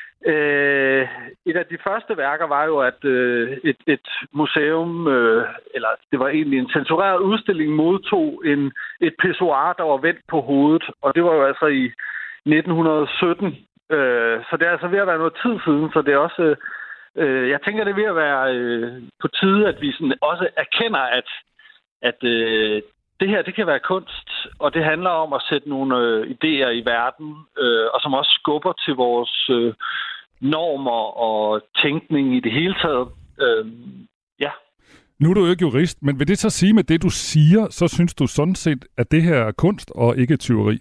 Øh, et af de første værker var jo, at øh, et, et museum, øh, eller det var egentlig en censureret udstilling, modtog en, et pissoir, der var vendt på hovedet. Og det var jo altså i nitten sytten. Øh, så det er altså ved at være noget tid siden, så det er også... Øh, jeg tænker, det er ved at være øh, på tide, at vi sådan også erkender, at, at øh, det her, det kan være kunst, og det handler om at sætte nogle øh, idéer i verden, øh, og som også skubber til vores øh, normer og tænkning i det hele taget. Øh, ja. Nu er du jo ikke jurist, men vil det så sige med det, du siger, så synes du sådan set, at det her er kunst og ikke tyveri?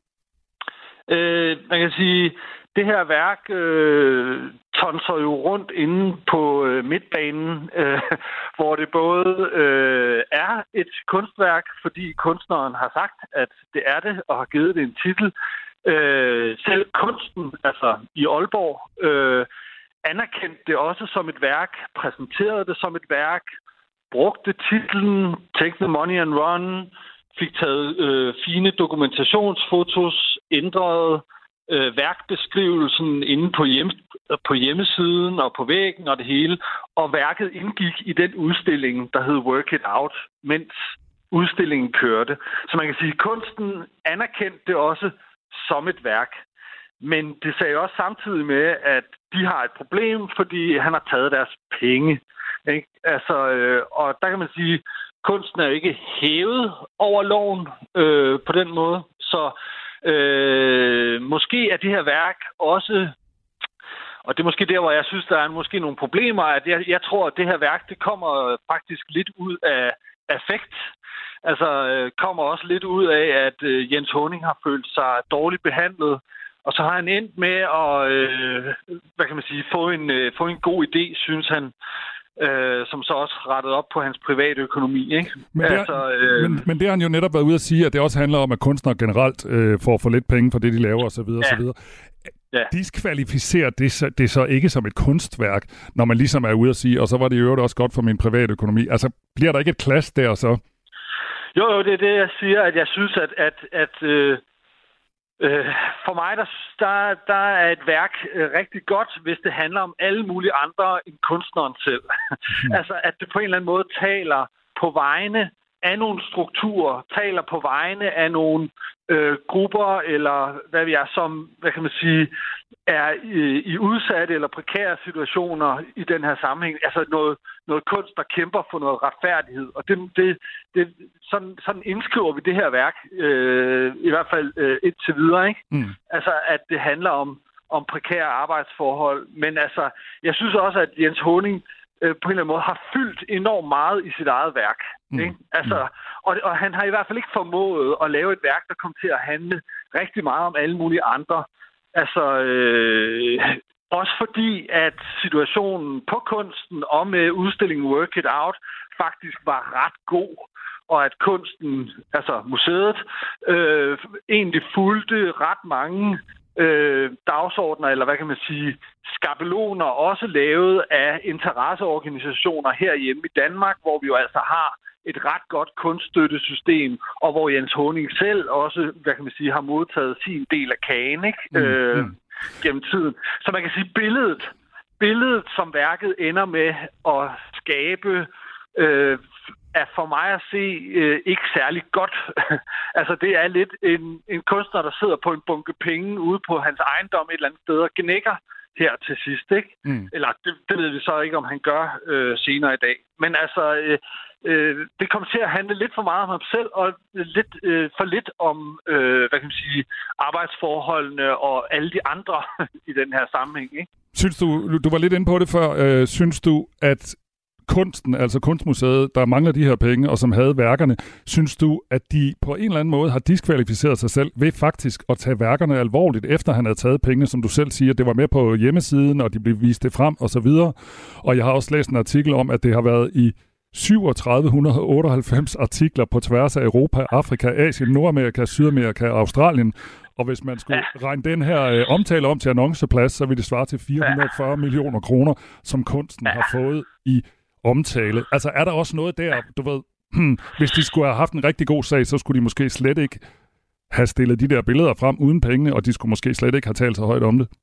Øh, man kan sige, det her værk øh, tonser jo rundt inde på øh, midtbanen, øh, hvor det både øh, er et kunstværk, fordi kunstneren har sagt, at det er det, og har givet det en titel. Øh, selv kunsten, altså i Aalborg, øh, anerkendte det også som et værk, præsenterede det som et værk, brugte titlen Take the Money and Run, fik taget øh, fine dokumentationsfotos, ændrede øh, værkbeskrivelsen inde på, hjem, på hjemmesiden og på væggen og det hele, og værket indgik i den udstilling, der hed Work It Out, mens udstillingen kørte. Så man kan sige, at kunsten anerkendte det også som et værk. Men det sagde også samtidig med, at de har et problem, fordi han har taget deres penge. Ikke? Altså, øh, og der kan man sige, at kunsten er jo ikke hævet over loven øh, på den måde. Så øh, måske er det her værk også, og det er måske der, hvor jeg synes, der er måske nogle problemer, at jeg, jeg tror, at det her værk, det kommer faktisk lidt ud af affekt. Altså øh, kommer også lidt ud af, at øh, Jens Honing har følt sig dårligt behandlet. Og så har han endt med at øh, hvad kan man sige, få en, øh, få en god idé, synes han, øh, som så også rettet op på hans private økonomi. Ikke? Men, det er, altså, øh, men, men det har han jo netop været ude at sige, at det også handler om, at kunstnere generelt øh, får for lidt penge for det, de laver osv. Ja. osv. Ja. Diskvalificerer det så, det så ikke som et kunstværk, når man ligesom er ude at sige, og så var det jo også godt for min private økonomi. Altså, bliver der ikke et clash der så? Jo, jo, det er det, jeg siger, at jeg synes, at, at, at øh, øh, for mig, der, der, der er et værk øh, rigtig godt, hvis det handler om alle mulige andre end kunstneren selv. Mm. Altså, at det på en eller anden måde taler på vegne af nogle strukturer, taler på vegne af nogle øh, grupper, eller hvad vi er, som, hvad kan man sige, er i, i udsatte eller prekære situationer i den her sammenhæng. Altså noget, noget kunst, der kæmper for noget retfærdighed. Og det, det, det, sådan, sådan indskriver vi det her værk, øh, i hvert fald øh, indtil videre, ikke? Mm. Altså, at det handler om, om prekære arbejdsforhold. Men altså, jeg synes også, at Jens Honing øh, på en eller anden måde har fyldt enormt meget i sit eget værk. Mm. Ikke? Altså, og, og han har i hvert fald ikke formået at lave et værk, der kommer til at handle rigtig meget om alle mulige andre. Altså, øh, også fordi, at situationen på kunsten og med udstillingen Work It Out faktisk var ret god, og at kunsten, altså museet, øh, egentlig fulgte ret mange øh, dagsordner, eller hvad kan man sige, skabeloner, også lavet af interesseorganisationer herhjemme i Danmark, hvor vi jo altså har et ret godt kunststøttesystem, og hvor Jens Haaning selv også, hvad kan man sige, har modtaget sin del af kagen, ikke? Mm, øh, mm. gennem tiden. Så man kan sige, billedet, billedet som værket ender med at skabe, øh, er for mig at se øh, ikke særlig godt. Altså, det er lidt en, en kunstner, der sidder på en bunke penge ude på hans ejendom et eller andet sted og gnækker her til sidst, ikke? Mm. Eller det, det ved vi så ikke, om han gør øh, senere i dag. Men altså, øh, øh, det kommer til at handle lidt for meget om ham selv, og lidt øh, for lidt om, øh, hvad kan man sige, arbejdsforholdene og alle de andre i den her sammenhæng, ikke? Synes du, du var lidt inde på det før, øh, synes du, at kunsten, altså Kunstmuseet, der mangler de her penge, og som havde værkerne, synes du, at de på en eller anden måde har diskvalificeret sig selv ved faktisk at tage værkerne alvorligt, efter han havde taget pengene, som du selv siger, det var med på hjemmesiden, og de blev vist det frem, og så videre. Og jeg har også læst en artikel om, at det har været i syv tusind tre hundrede og otteoghalvfems artikler på tværs af Europa, Afrika, Asien, Nordamerika, Sydamerika og Australien. Og hvis man skulle ja. regne den her øh, omtale om til annonceplads, så ville det svare til fire hundrede og fyrre ja. millioner kroner, som kunsten ja. har fået i omtale. Altså er der også noget der, du ved, hvis de skulle have haft en rigtig god sag, så skulle de måske slet ikke have stillet de der billeder frem uden pengene, og de skulle måske slet ikke have talt så højt om det?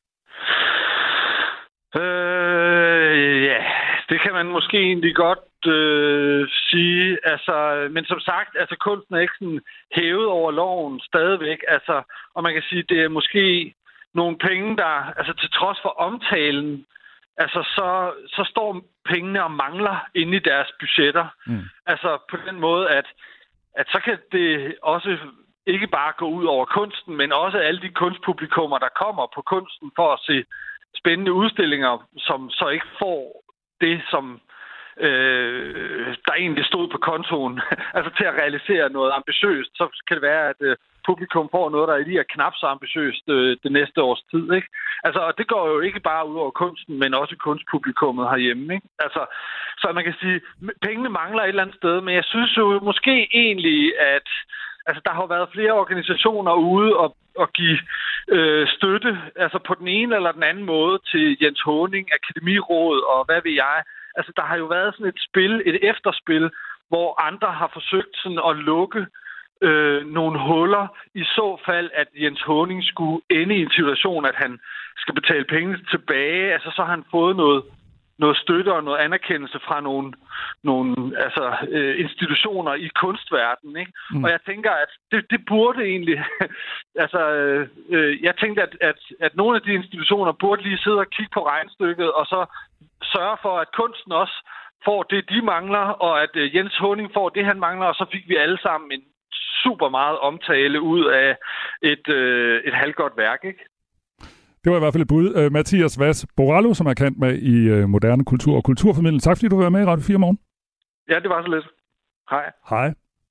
Øh, ja, det kan man måske egentlig godt øh, sige. Altså, men som sagt, altså kunsten er ikke sådan hævet over loven stadigvæk. Altså, og man kan sige, det er måske nogle penge, der, altså til trods for omtalen, altså, så, så står pengene og mangler inde i deres budgetter. Mm. Altså, på den måde, at, at så kan det også ikke bare gå ud over kunsten, men også alle de kunstpublikummer, der kommer på kunsten for at se spændende udstillinger, som så ikke får det, som øh, der egentlig stod på kontoen, altså til at realisere noget ambitiøst. Så kan det være, at øh, publikum får noget, der lige er knap så ambitiøst øh, det næste års tid, ikke? Altså, og det går jo ikke bare ud over kunsten, men også kunstpublikummet herhjemme, ikke? Altså, så man kan sige, pengene mangler et eller andet sted, men jeg synes jo måske egentlig, at altså, der har været flere organisationer ude og, og give øh, støtte, altså på den ene eller den anden måde til Jens Haaning, Akademiråd og hvad ved jeg. Altså, der har jo været sådan et spil, et efterspil, hvor andre har forsøgt sådan at lukke øh, nogle huller, i så fald, at Jens Haaning skulle ende i en situation, at han skal betale penge tilbage. Altså, så har han fået noget, noget støtte og noget anerkendelse fra nogle, nogle altså, øh, institutioner i kunstverdenen, ikke? Mm. Og jeg tænker, at det, det burde egentlig... altså, øh, jeg tænkte, at, at, at nogle af de institutioner burde lige sidde og kigge på regnstykket, og så sørge for, at kunsten også får det, de mangler, og at øh, Jens Haaning får det, han mangler, og så fik vi alle sammen en super meget omtale ud af et, øh, et halvgodt værk, ikke? Det var i hvert fald et bud. Uh, Mathias Vass Borallo, som er kendt med i uh, moderne kultur og kulturformidling. Tak fordi du var med i Radio fire morgen. Ja, det var så lidt. Hej. Hej.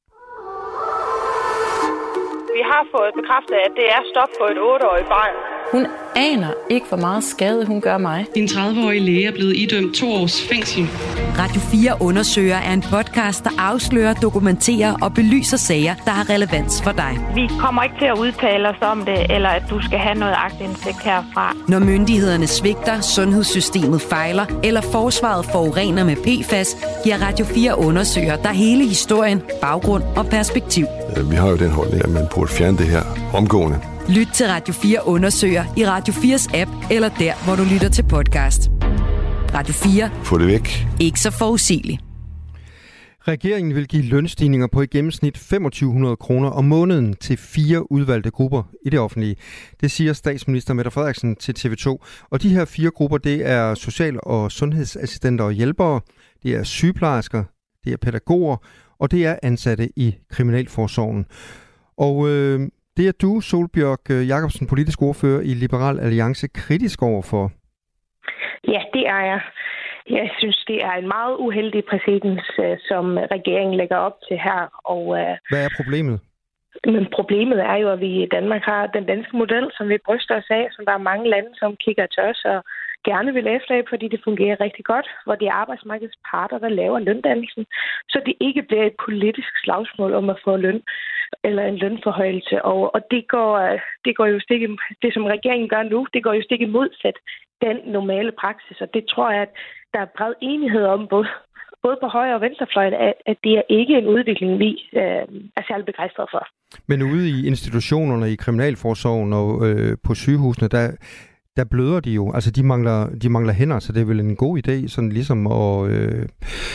Vi har fået bekræftet, at det er stop på et otteårigt barn. Hun aner ikke, hvor meget skade hun gør mig. En tredive-årig læge er blevet idømt to års fængsel. Radio fire Undersøger er en podcast, der afslører, dokumenterer og belyser sager, der har relevans for dig. Vi kommer ikke til at udtale os om det, eller at du skal have noget aktindsigt herfra. Når myndighederne svigter, sundhedssystemet fejler, eller forsvaret forurener med P F A S, giver Radio fire Undersøger der hele historien, baggrund og perspektiv. Vi har jo den holdning, at man burde fjerne det her omgående. Lyt til Radio fire Undersøger i Radio fires app, eller der, hvor du lytter til podcast. Radio fire. Få det væk. Ikke så forudsigeligt. Regeringen vil give lønstigninger på i gennemsnit to tusind fem hundrede kroner om måneden til fire udvalgte grupper i det offentlige. Det siger statsminister Mette Frederiksen til T V to. Og de her fire grupper, det er social- og sundhedsassistenter og hjælpere, det er sygeplejersker, det er pædagoger, og det er ansatte i kriminalforsorgen. Og øh, det er du, Solbjørg Jacobsen, politisk ordfører i Liberal Alliance, kritisk overfor. Ja, det er jeg. Jeg synes, det er en meget uheldig præcedens, som regeringen lægger op til her. Og, hvad er problemet? Men problemet er jo, at vi i Danmark har den danske model, som vi bryster os af, som der er mange lande, som kigger til os og gerne vil efterleve, fordi det fungerer rigtig godt, hvor det er arbejdsmarkedets parter, der laver løndannelsen, så det ikke bliver et politisk slagsmål om at få løn eller en lønforhøjelse. Og, og det, går, det går jo stik, det som regeringen gør nu, det går jo stik modsat den normale praksis, og det tror jeg, at der er bred enighed om, både både på højre og venstrefløjen, at, at det er ikke en udvikling, vi øh, er særlig begejstrede for. Men ude i institutionerne, i kriminalforsorgen og øh, på sygehusene, der, der bløder de jo. Altså, de mangler, de mangler hænder, så det er vel en god idé, sådan ligesom at, øh,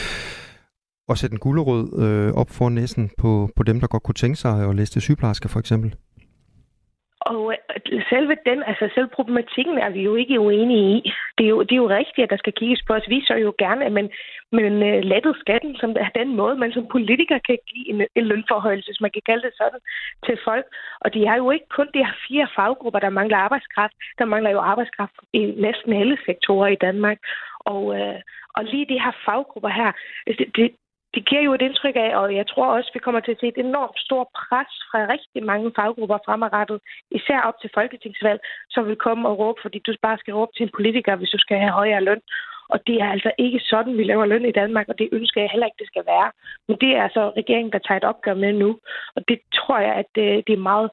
at sætte en gulerod øh, op for næsen på, på dem, der godt kunne tænke sig at læse til sygeplejersker, for eksempel. Og selve den, altså selv problematikken er vi jo ikke uenige i. Det er jo, det er jo rigtigt, at der skal kigges på os. Vi så jo gerne, at man, man uh, lettede skatten, som er den måde, man som politiker kan give en, en lønforhøjelse, hvis man kan kalde det sådan, til folk. Og det er jo ikke kun de her fire faggrupper, der mangler arbejdskraft. Der mangler jo arbejdskraft i næsten alle sektorer i Danmark. Og, uh, og lige de her faggrupper her, det, det Det giver jo et indtryk af, og jeg tror også, vi kommer til at se et enormt stort pres fra rigtig mange faggrupper fremadrettet, især op til folketingsvalg, som vil komme og råbe, fordi du bare skal råbe til en politiker, hvis du skal have højere løn. Og det er altså ikke sådan, vi laver løn i Danmark, og det ønsker jeg heller ikke, det skal være. Men det er altså regeringen, der tager et opgør med nu, og det tror jeg, at det er meget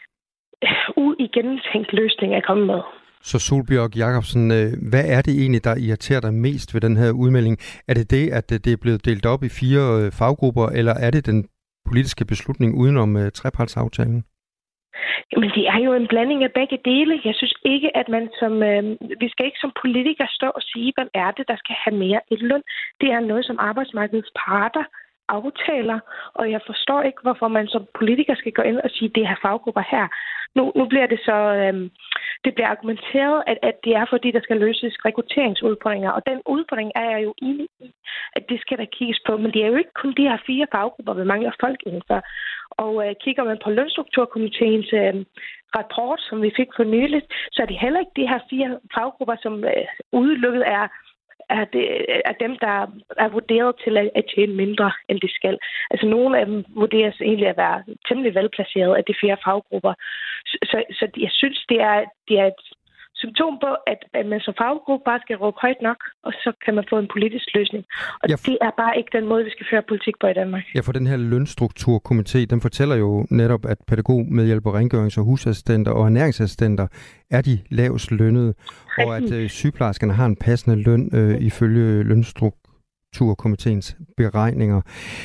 uigennemtænkt løsning at komme med. Så Sólbjørg Jacobsen, hvad er det egentlig, der irriterer dig mest ved den her udmelding? Er det det, at det er blevet delt op i fire faggrupper, eller er det den politiske beslutning udenom trepartsaftalen? Jamen, det er jo en blanding af begge dele. Jeg synes ikke, at man som... Øh, vi skal ikke som politikere stå og sige, hvem er det, der skal have mere i løn. Det er noget, som arbejdsmarkedets parter aftaler, og jeg forstår ikke, hvorfor man som politiker skal gå ind og sige, det her faggrupper her. Nu, nu bliver det så, øhm, det bliver argumenteret, at, at det er fordi, der skal løses rekrutteringsudfordringer, og den udfordring er jeg jo enig i, at det skal der kigges på, men det er jo ikke kun de her fire faggrupper, vi mangler folk indenfor. Og øh, kigger man på Lønstrukturkomiteens øh, rapport, som vi fik for nyligt, så er det heller ikke de her fire faggrupper, som øh, udelukket er Er, det, er dem, der er vurderet til at tjene mindre, end de skal. Altså nogle af dem vurderes egentlig at være temmelig velplaceret af de fire faggrupper. Så, så, så jeg synes, det er, det er et symptom på, at, at man som faggruppe bare skal råbe højt nok, og så kan man få en politisk løsning. Og ja, det er bare ikke den måde, vi skal føre politik på i Danmark. Ja, for den her lønstrukturkomité, den fortæller jo netop, at pædagogmedhjælper, rengørings- og husassistenter og ernæringsassistenter er de lavest lønnede, og at øh, sygeplejerskerne har en passende løn øh, ifølge lønstrukturkomitéens beregninger.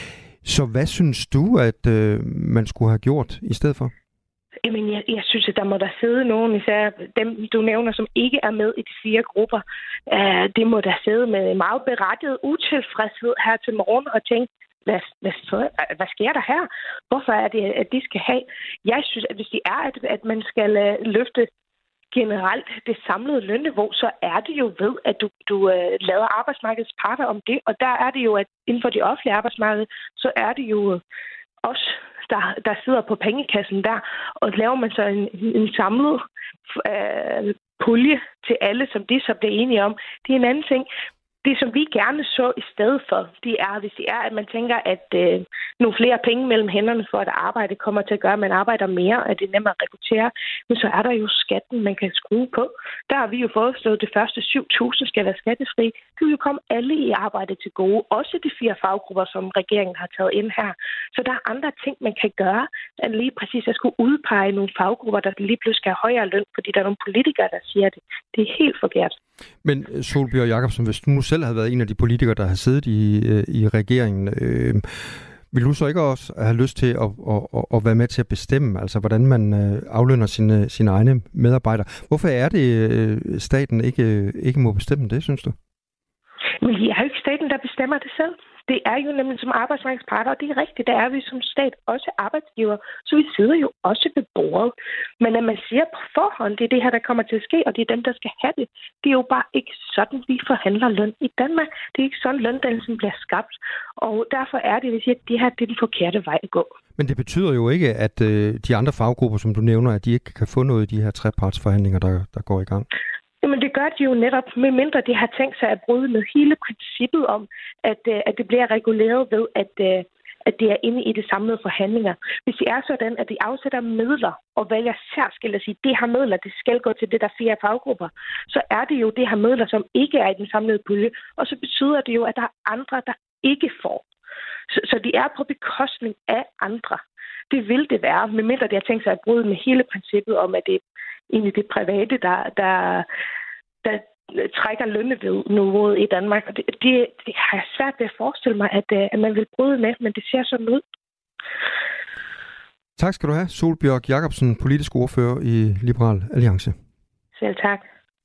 Så hvad synes du, at øh, man skulle have gjort i stedet for? Jamen, jeg, jeg synes, at der må der sidde nogen, især dem, du nævner, som ikke er med i de fire grupper. Uh, det må der sidde med meget berettiget utilfredshed her til morgen og tænke, hvad, hvad, hvad sker der her? Hvorfor er det, at de skal have? Jeg synes, at hvis det er, at, at man skal uh, løfte generelt det samlede lønniveau, så er det jo ved, at du, du uh, lader arbejdsmarkedets parter om det. Og der er det jo, at inden for det offentlige arbejdsmarked, så er det jo uh, os, Der, der sidder på pengekassen der, og laver man så en, en samlet øh, pulje til alle, som de så bliver enige om. Det er en anden ting. Det, som vi gerne så i stedet for, det er, hvis det er, at man tænker, at øh, nogle flere penge mellem hænderne for at arbejde kommer til at gøre, at man arbejder mere, at det er nemmere at rekruttere, men så er der jo skatten, man kan skrue på. Der har vi jo foreslået, at det første syv tusind skal være skattefri. Det vil jo komme alle i arbejde til gode, også de fire faggrupper, som regeringen har taget ind her. Så der er andre ting, man kan gøre, end lige præcis at skulle udpege nogle faggrupper, der lige pludselig skal have højere løn, fordi der er nogle politikere, der siger det. Det er helt forkert. Men Sólbjørg Jacobsen, hvis du nu selv havde været en af de politikere, der har siddet i, i regeringen, øh, vil du så ikke også have lyst til at, at, at, at være med til at bestemme, altså hvordan man øh, aflønner sine, sine egne medarbejdere? Hvorfor er det, øh, staten ikke, ikke må bestemme det, synes du? Men det er jo ikke staten, der bestemmer det selv. Det er jo nemlig som arbejdsmarkedsparter, og det er rigtigt, der er vi som stat også arbejdsgiver, så vi sidder jo også ved bordet. Men når man siger på forhånd, det er det her, der kommer til at ske, og det er dem, der skal have det, det er jo bare ikke sådan, vi forhandler løn i Danmark. Det er ikke sådan, løndannelsen bliver skabt, og derfor er det, vi siger, at det her det er den forkerte vej at gå. Men det betyder jo ikke, at øh, de andre faggrupper, som du nævner, at de ikke kan få noget i de her trepartsforhandlinger, der, der går i gang. Jamen det gør de jo netop, medmindre de har tænkt sig at bryde med hele princippet om, at, at det bliver reguleret ved, at, at det er inde i de samlede forhandlinger. Hvis det er sådan, at de afsætter midler og vælger særskilt at sige, at det her midler, det skal gå til det der fire faggrupper, så er det jo det her midler, som ikke er i den samlede pulje, og så betyder det jo, at der er andre, der ikke får. Så, så de er på bekostning af andre. Det vil det være, medmindre de har tænkt sig at bryde med hele princippet om, at det er egentlig det private, der, der, der, trækker lønneniveauet i Danmark. Og det, det, det har jeg svært ved at forestille mig, at, at man vil bryde med, men det ser sådan ud. Tak skal du have, Sólbjørg Jacobsen, politisk ordfører i Liberal Alliance. Selv tak.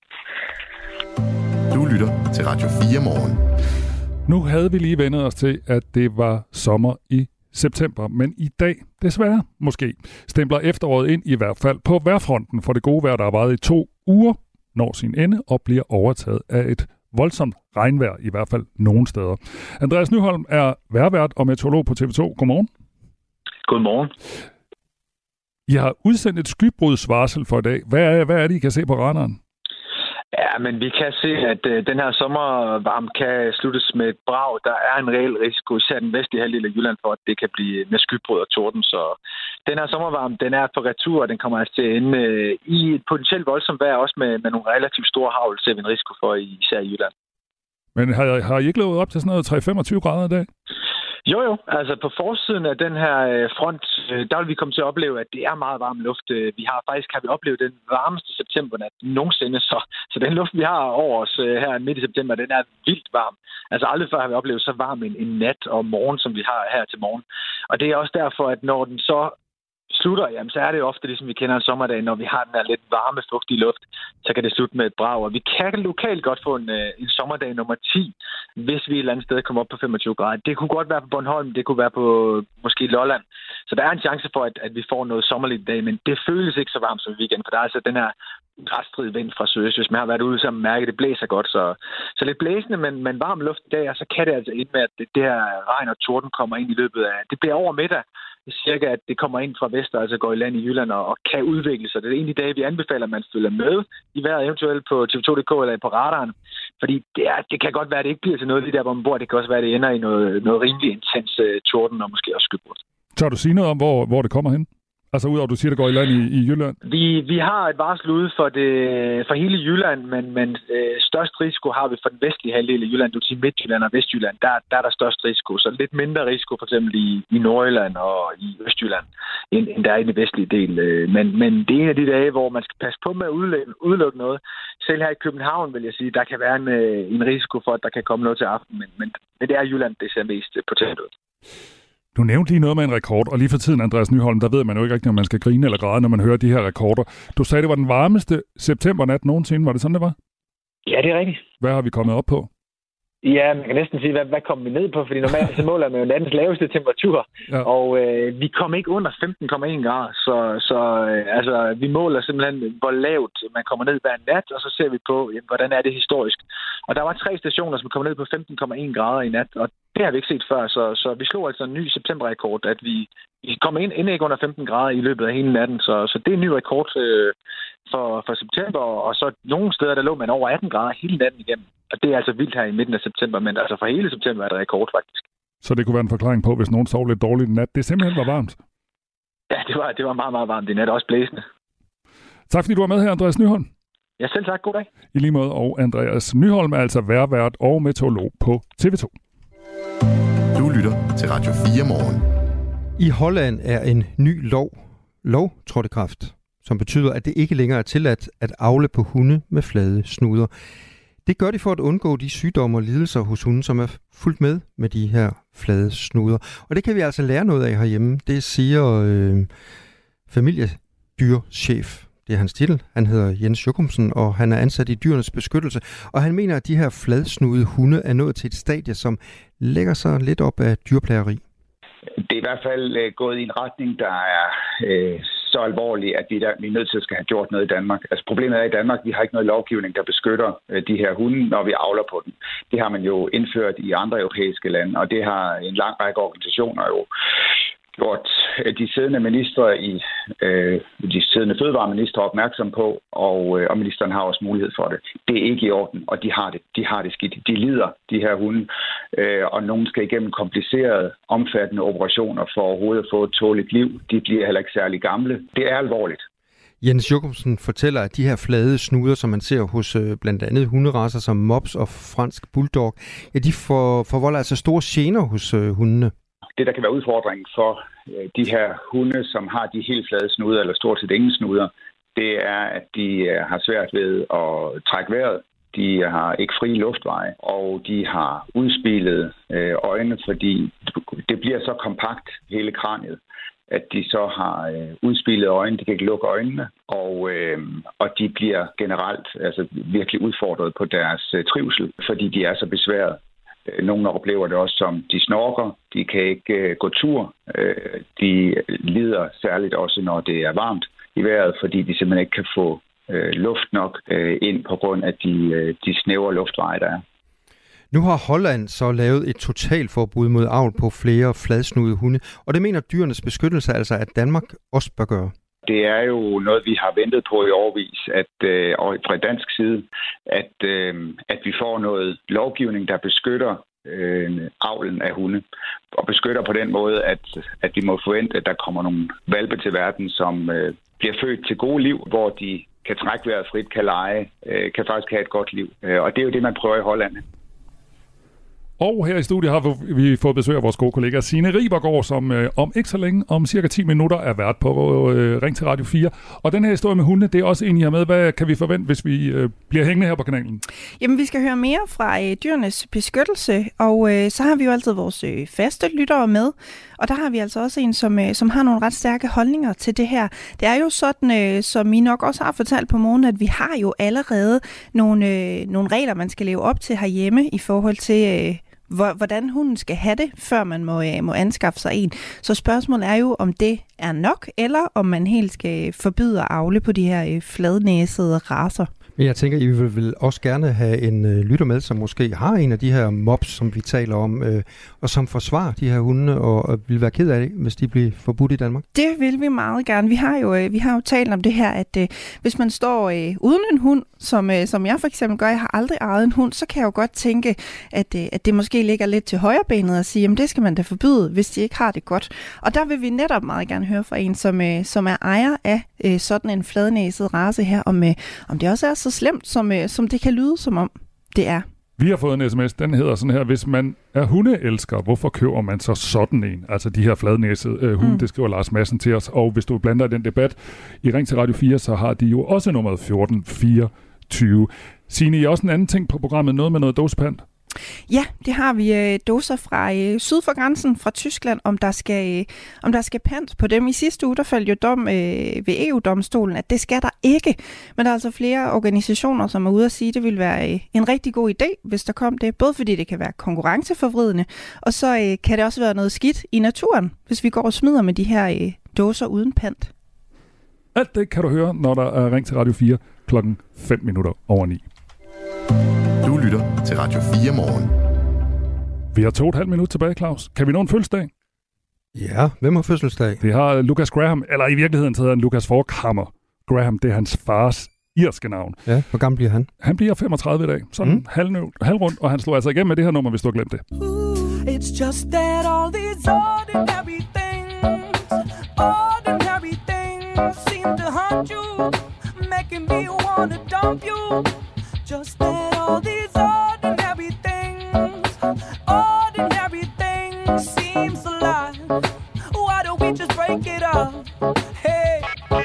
Du lytter til Radio fire Morgen. Nu havde vi lige vendt os til, at det var sommer i september, men i dag, desværre måske, stempler efteråret ind i hvert fald på vejrfronten, for det gode vejr, der har varet i to uger, når sin ende og bliver overtaget af et voldsomt regnvejr, i hvert fald nogle steder. Andreas Nyholm er vejrvært og meteorolog på T V to. Godmorgen. Godmorgen. I har udsendt et skybrudsvarsel for i dag. Hvad er, hvad er det, I kan se på radaren? Ja, men vi kan se, at øh, den her sommervarme kan sluttes med et brag. Der er en reel risiko, især den vestlige halvdel af Jylland, for at det kan blive med skybrud og torden. Så den her sommervarme, den er på retur, og den kommer altså til at ende øh, i et potentielt voldsomt vejr, også med, med nogle relativt store havl, ser vi en risiko for, især i Jylland. Men har, har I ikke løbet op til sådan noget tre til femogtyve grader i dag? Jo, jo. Altså på forsiden af den her front, der vil vi komme til at opleve, at det er meget varm luft. Vi har faktisk har vi oplevet den varmeste septembernat nogensinde, så, så den luft, vi har over os her midt i september, den er vildt varm. Altså aldrig før har vi oplevet så varm en, en nat og morgen, som vi har her til morgen. Og det er også derfor, at når den så slutter, jamen, så er det jo ofte, ligesom vi kender en sommerdag, når vi har den her lidt varme, fugtige luft, så kan det slutte med et brag. Og vi kan lokalt godt få en, en sommerdag nummer ti, hvis vi et eller andet sted kommer op på femogtyve grader. Det kunne godt være på Bornholm, det kunne være på måske Lolland. Så der er en chance for, at, at vi får noget sommerligt i dag, men det føles ikke så varmt som weekend, for der er altså den her restrid vind fra sydøst. Hvis man har været ude, så mærker det blæser godt. Så, så lidt blæsende, men, men varm luft i dag, og så kan det altså ind med, at det, det her regn og torden kommer ind i løbet af... Det bliver over middag, cirka, at det kommer ind fra vest, altså går i land i Jylland og, og kan udvikle sig. Det er en af de dage, vi anbefaler, at man følger med i vejret, eventuelt på T V to punktum d k eller på radaren. Fordi det, er, det kan godt være, at det ikke bliver til noget lige der, hvor man bor. Det kan også være, at det ender i noget, noget rimelig intens uh, torden og måske også skybrud. Tør du sige noget om, hvor, hvor det kommer hen? Altså udover, du siger, det går i land i, i Jylland? Vi, vi har et varsel ude for, det, for hele Jylland, men, men øh, størst risiko har vi for den vestlige halvdel af Jylland. Du siger Midtjylland og Vestjylland. Der, der er der størst risiko. Så lidt mindre risiko for eksempel i, i Nordjylland og i Østjylland, end, end der er i den vestlige del. Men, men det er en af de dage, hvor man skal passe på med at udelukke, udelukke noget. Selv her i København vil jeg sige, der kan være en, en risiko for, at der kan komme noget til aften. Men, men, men det er Jylland, det ser mest potent ud. Du nævnte lige noget med en rekord, og lige for tiden, Andreas Nyholm, der ved man jo ikke rigtig, om man skal grine eller græde, når man hører de her rekorder. Du sagde, det var den varmeste septembernat nogensinde. Var det sådan, det var? Ja, det er rigtigt. Hvad har vi kommet op på? Ja, man kan næsten sige, hvad, hvad kom vi ned på? Fordi normalt så måler man jo nattens laveste temperatur, ja. og øh, vi kom ikke under femten komma en grader. Så, så øh, altså, vi måler simpelthen, hvor lavt man kommer ned hver nat, og så ser vi på, jamen, hvordan er det historisk. Og der var tre stationer, som kom ned på femten komma en grader i nat, og det har vi ikke set før. Så, så vi slog altså en ny septemberrekord, at vi, vi kom ind, ind ikke under femten grader i løbet af hele natten. Så, så det er en ny rekord øh, for, for september, og så nogle steder, der lå man over atten grader hele natten igennem. Og det er altså vildt her i midten af september, men altså for hele september er det rekord faktisk. Så det kunne være en forklaring på, hvis nogen sov lidt dårligt i nat. Det simpelthen var varmt. Ja, det var, det var meget, meget varmt i nat, også blæsende. Tak fordi du var med her, Andreas Nyholm. Ja, selv tak. God dag. I lige måde, og Andreas Nyholm er altså vejrvært og meteorolog på T V to. Du lytter til Radio fire Morgen. I Holland er en ny lov, lov trådt i kraft, som betyder, at det ikke længere er tilladt at avle på hunde med flade snuder. Det gør de for at undgå de sygdomme og lidelser hos hunde, som er fulgt med med de her flade snuder. Og det kan vi altså lære noget af herhjemme. Det siger øh, familiedyrchef. Det er hans titel. Han hedder Jens Jokumsen, og han er ansat i Dyrenes Beskyttelse. Og han mener, at de her fladsnudede hunde er nået til et stadie, som lægger sig lidt op af dyrplageri. Det er i hvert fald øh, gået i en retning, der er øh, så alvorlig, at vi, der, vi er nødt til at skal have gjort noget i Danmark. Altså problemet er i Danmark, vi har ikke noget lovgivning, der beskytter øh, de her hunde, når vi avler på dem. Det har man jo indført i andre europæiske lande, og det har en lang række organisationer jo gjort de siddende ministre i øh, de siddende fødevareministre opmærksom på, og, øh, og ministeren har også mulighed for det. Det er ikke i orden, og de har det. De har det skidt. De lider, de her hunde, øh, og nogen skal igennem komplicerede, omfattende operationer for overhovedet at få et tåligt liv. De bliver heller ikke særlig gamle. Det er alvorligt. Jens Jokumsen fortæller, at de her flade snuder, som man ser hos øh, blandt andet hunderacer som mops og fransk bulldog, ja, de får, forvolder altså store gener hos øh, hundene. Det, der kan være udfordringen for øh, de her hunde, som har de helt flade snuder, eller stort set ingen snuder, det er, at de øh, har svært ved at trække vejret. De har ikke frie luftveje, og de har udspilede øh, øjne, fordi det bliver så kompakt, hele kraniet, at de så har øh, udspilede øjne, de kan ikke lukke øjnene, og, øh, og de bliver generelt altså, virkelig udfordret på deres øh, trivsel, fordi de er så besværet. Nogle oplever det også som, de snorker, de kan ikke øh, gå tur, øh, de lider særligt også, når det er varmt i vejret, fordi de simpelthen ikke kan få øh, luft nok øh, ind på grund af de, øh, de snævre luftveje, der er. Nu har Holland så lavet et totalforbud mod avl på flere fladsnudede hunde, og det mener Dyrenes Beskyttelse altså, at Danmark også bør gøre. Det er jo noget, vi har ventet på i årevis, at, øh, og fra dansk side, at, øh, at vi får noget lovgivning, der beskytter øh, avlen af hunde, og beskytter på den måde, at, at vi må forvente, at der kommer nogle hvalpe til verden, som øh, bliver født til gode liv, hvor de kan trække vejret frit, kan lege, øh, kan faktisk have et godt liv. Og det er jo det, man prøver i Holland. Og her i studiet har vi fået besøg af vores gode kollega Signe Ribergaard, som øh, om ikke så længe, om cirka ti minutter, er vært på øh, Ring til Radio fire. Og den her historie med hunde, det er også en, I har med. Hvad kan vi forvente, hvis vi øh, bliver hængende her på kanalen? Jamen, vi skal høre mere fra øh, Dyrenes Beskyttelse, og øh, så har vi jo altid vores øh, faste lyttere med. Og der har vi altså også en, som, øh, som har nogle ret stærke holdninger til det her. Det er jo sådan, øh, som I nok også har fortalt på morgen, at vi har jo allerede nogle, øh, nogle regler, man skal leve op til herhjemme i forhold til... Øh, hvordan hunden skal have det, før man må, må anskaffe sig en. Så spørgsmålet er jo, om det er nok, eller om man helt skal forbyde at avle på de her fladnæsede racer. Men jeg tænker, I vil, vil også gerne have en øh, lytter med, som måske har en af de her mobs, som vi taler om, øh, og som forsvarer de her hunde, og, og vil være ked af det, hvis de bliver forbudt i Danmark. Det vil vi meget gerne. Vi har jo, øh, vi har jo talt om det her, at øh, hvis man står øh, uden en hund, som, øh, som jeg for eksempel gør, jeg har aldrig ejet en hund, så kan jeg jo godt tænke, at, øh, at det måske ligger lidt til højrebenet at sige, jamen det skal man da forbyde, hvis de ikke har det godt. Og der vil vi netop meget gerne høre fra en, som, øh, som er ejer af øh, sådan en fladnæset race her, om, øh, om det også er så slemt, som, øh, som det kan lyde som om det er. Vi har fået en sms, den hedder sådan her: hvis man er hundeelsker, hvorfor køber man så sådan en? Altså de her fladnæsede øh, hunde, mm. det skriver Lars Madsen til os. Og hvis du blander den debat i Ring til Radio fire, så har de jo også nummeret fjorten fireogtyve. Signe, I også en anden ting på programmet, noget med noget dåsepant? Ja, det har vi øh, doser fra øh, syd for grænsen, fra Tyskland, om der skal øh, om der skal pant på dem. I sidste uge, der faldt jo dom øh, ved E U-domstolen, at det skal der ikke. Men der er altså flere organisationer, som er ude at sige, at det vil være øh, en rigtig god idé, hvis der kom det. Både fordi det kan være konkurrenceforvridende, og så øh, kan det også være noget skidt i naturen, hvis vi går og smider med de her øh, dåser uden pant. Alt det kan du høre, når der er Ring til Radio fire klokken fem minutter over ni. Du lytter til Radio fire morgen. Vi har to og et halvt minut tilbage, Claus. Kan vi nå en fødselsdag? Ja, hvem har fødselsdag? Det har Lucas Graham, eller i virkeligheden hedder han Lucas Forkhammer. Graham, det er hans fars irske navn. Ja, hvor gammel bliver han? Han bliver femogtredive i dag, sådan mm. halv, halv rundt, og han slår altså igennem med det her nummer, hvis du har glemt det. It's just that all these ordinary things, ordinary things seem to haunt you, making me wanna dump you. Just that all these ordinary things, ordinary things seems alive. Why don't we just break it up? Hey.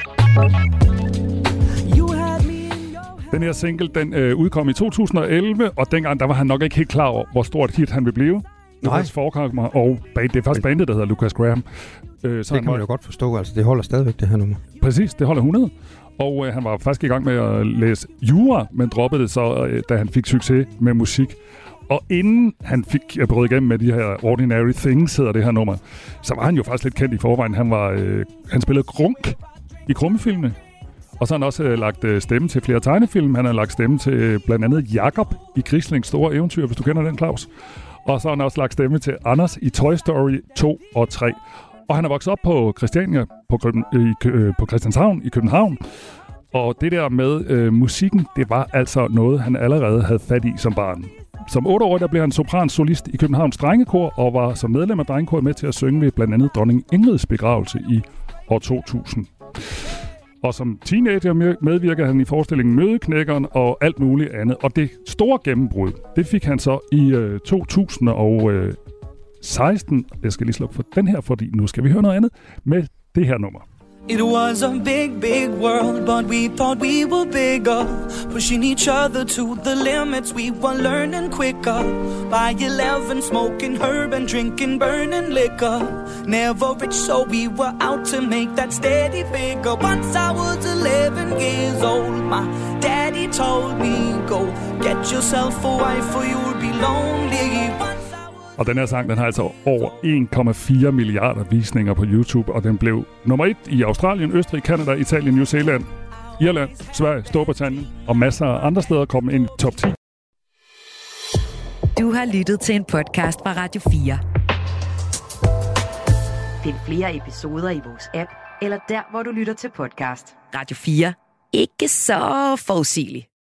You had me in your head. Den her single, den øh, udkom i to tusind og elleve, og dengang der var han nok ikke helt klar over, hvor stort hit han ville blive. Lucas Forkhammer, og band, det er faktisk bandet, der hedder Lucas Graham. Øh, så det kan man jo godt forstå, altså det holder stadigvæk det her nummer. Præcis, det holder hundrede. Og øh, han var faktisk i gang med at læse jura, men droppede det så, øh, da han fik succes med musik. Og inden han fik øh, brød igennem med de her Ordinary Things, hedder det her nummer, så var han jo faktisk lidt kendt i forvejen. Han, var, øh, han spillede Grunk i Krummefilmene. Og så har han også øh, lagt øh, stemme til flere tegnefilm. Han har lagt stemme til øh, blandt andet Jakob i Grislings Store Eventyr, hvis du kender den, Claus. Og så har han også lagt stemme til Anders i Toy Story to og tre. Og han er vokset op på Christiania, på, Køben, i, øh, på Christianshavn i København. Og det der med øh, musikken, det var altså noget, han allerede havde fat i som barn. Som otteårig, der blev han sopransolist i Københavns Drengekor, og var som medlem af Drengekoret med til at synge ved blandt andet dronning Ingrids begravelse i år to tusind. Og som teenager medvirkede han i forestillingen Mødeknækkeren og alt muligt andet. Og det store gennembrud, det fik han så i øh, to tusind og seksten. Jeg skal lige slukke for den her, fordi nu skal vi høre noget andet med det her nummer. It was a big, big world, but we thought we were bigger. Pushing each other to the limits, we were learning quicker. By eleven, smoking herb and drinking burning liquor. Never rich, so we were out to make that steady figure. Once I was eleven years old, my daddy told me, go get yourself a wife for you'll be lonely. Og den her sang, den har altså over en komma fire milliarder visninger på YouTube, og den blev nummer et i Australien, Østrig, Canada, Italien, New Zealand, Irland, Sverige, Storbritannien og masser af andre steder kom ind i top ti. Du har lyttet til en podcast fra Radio fire. Find flere episoder i vores app, eller der, hvor du lytter til podcast. Radio fire. Ikke så forudsigeligt.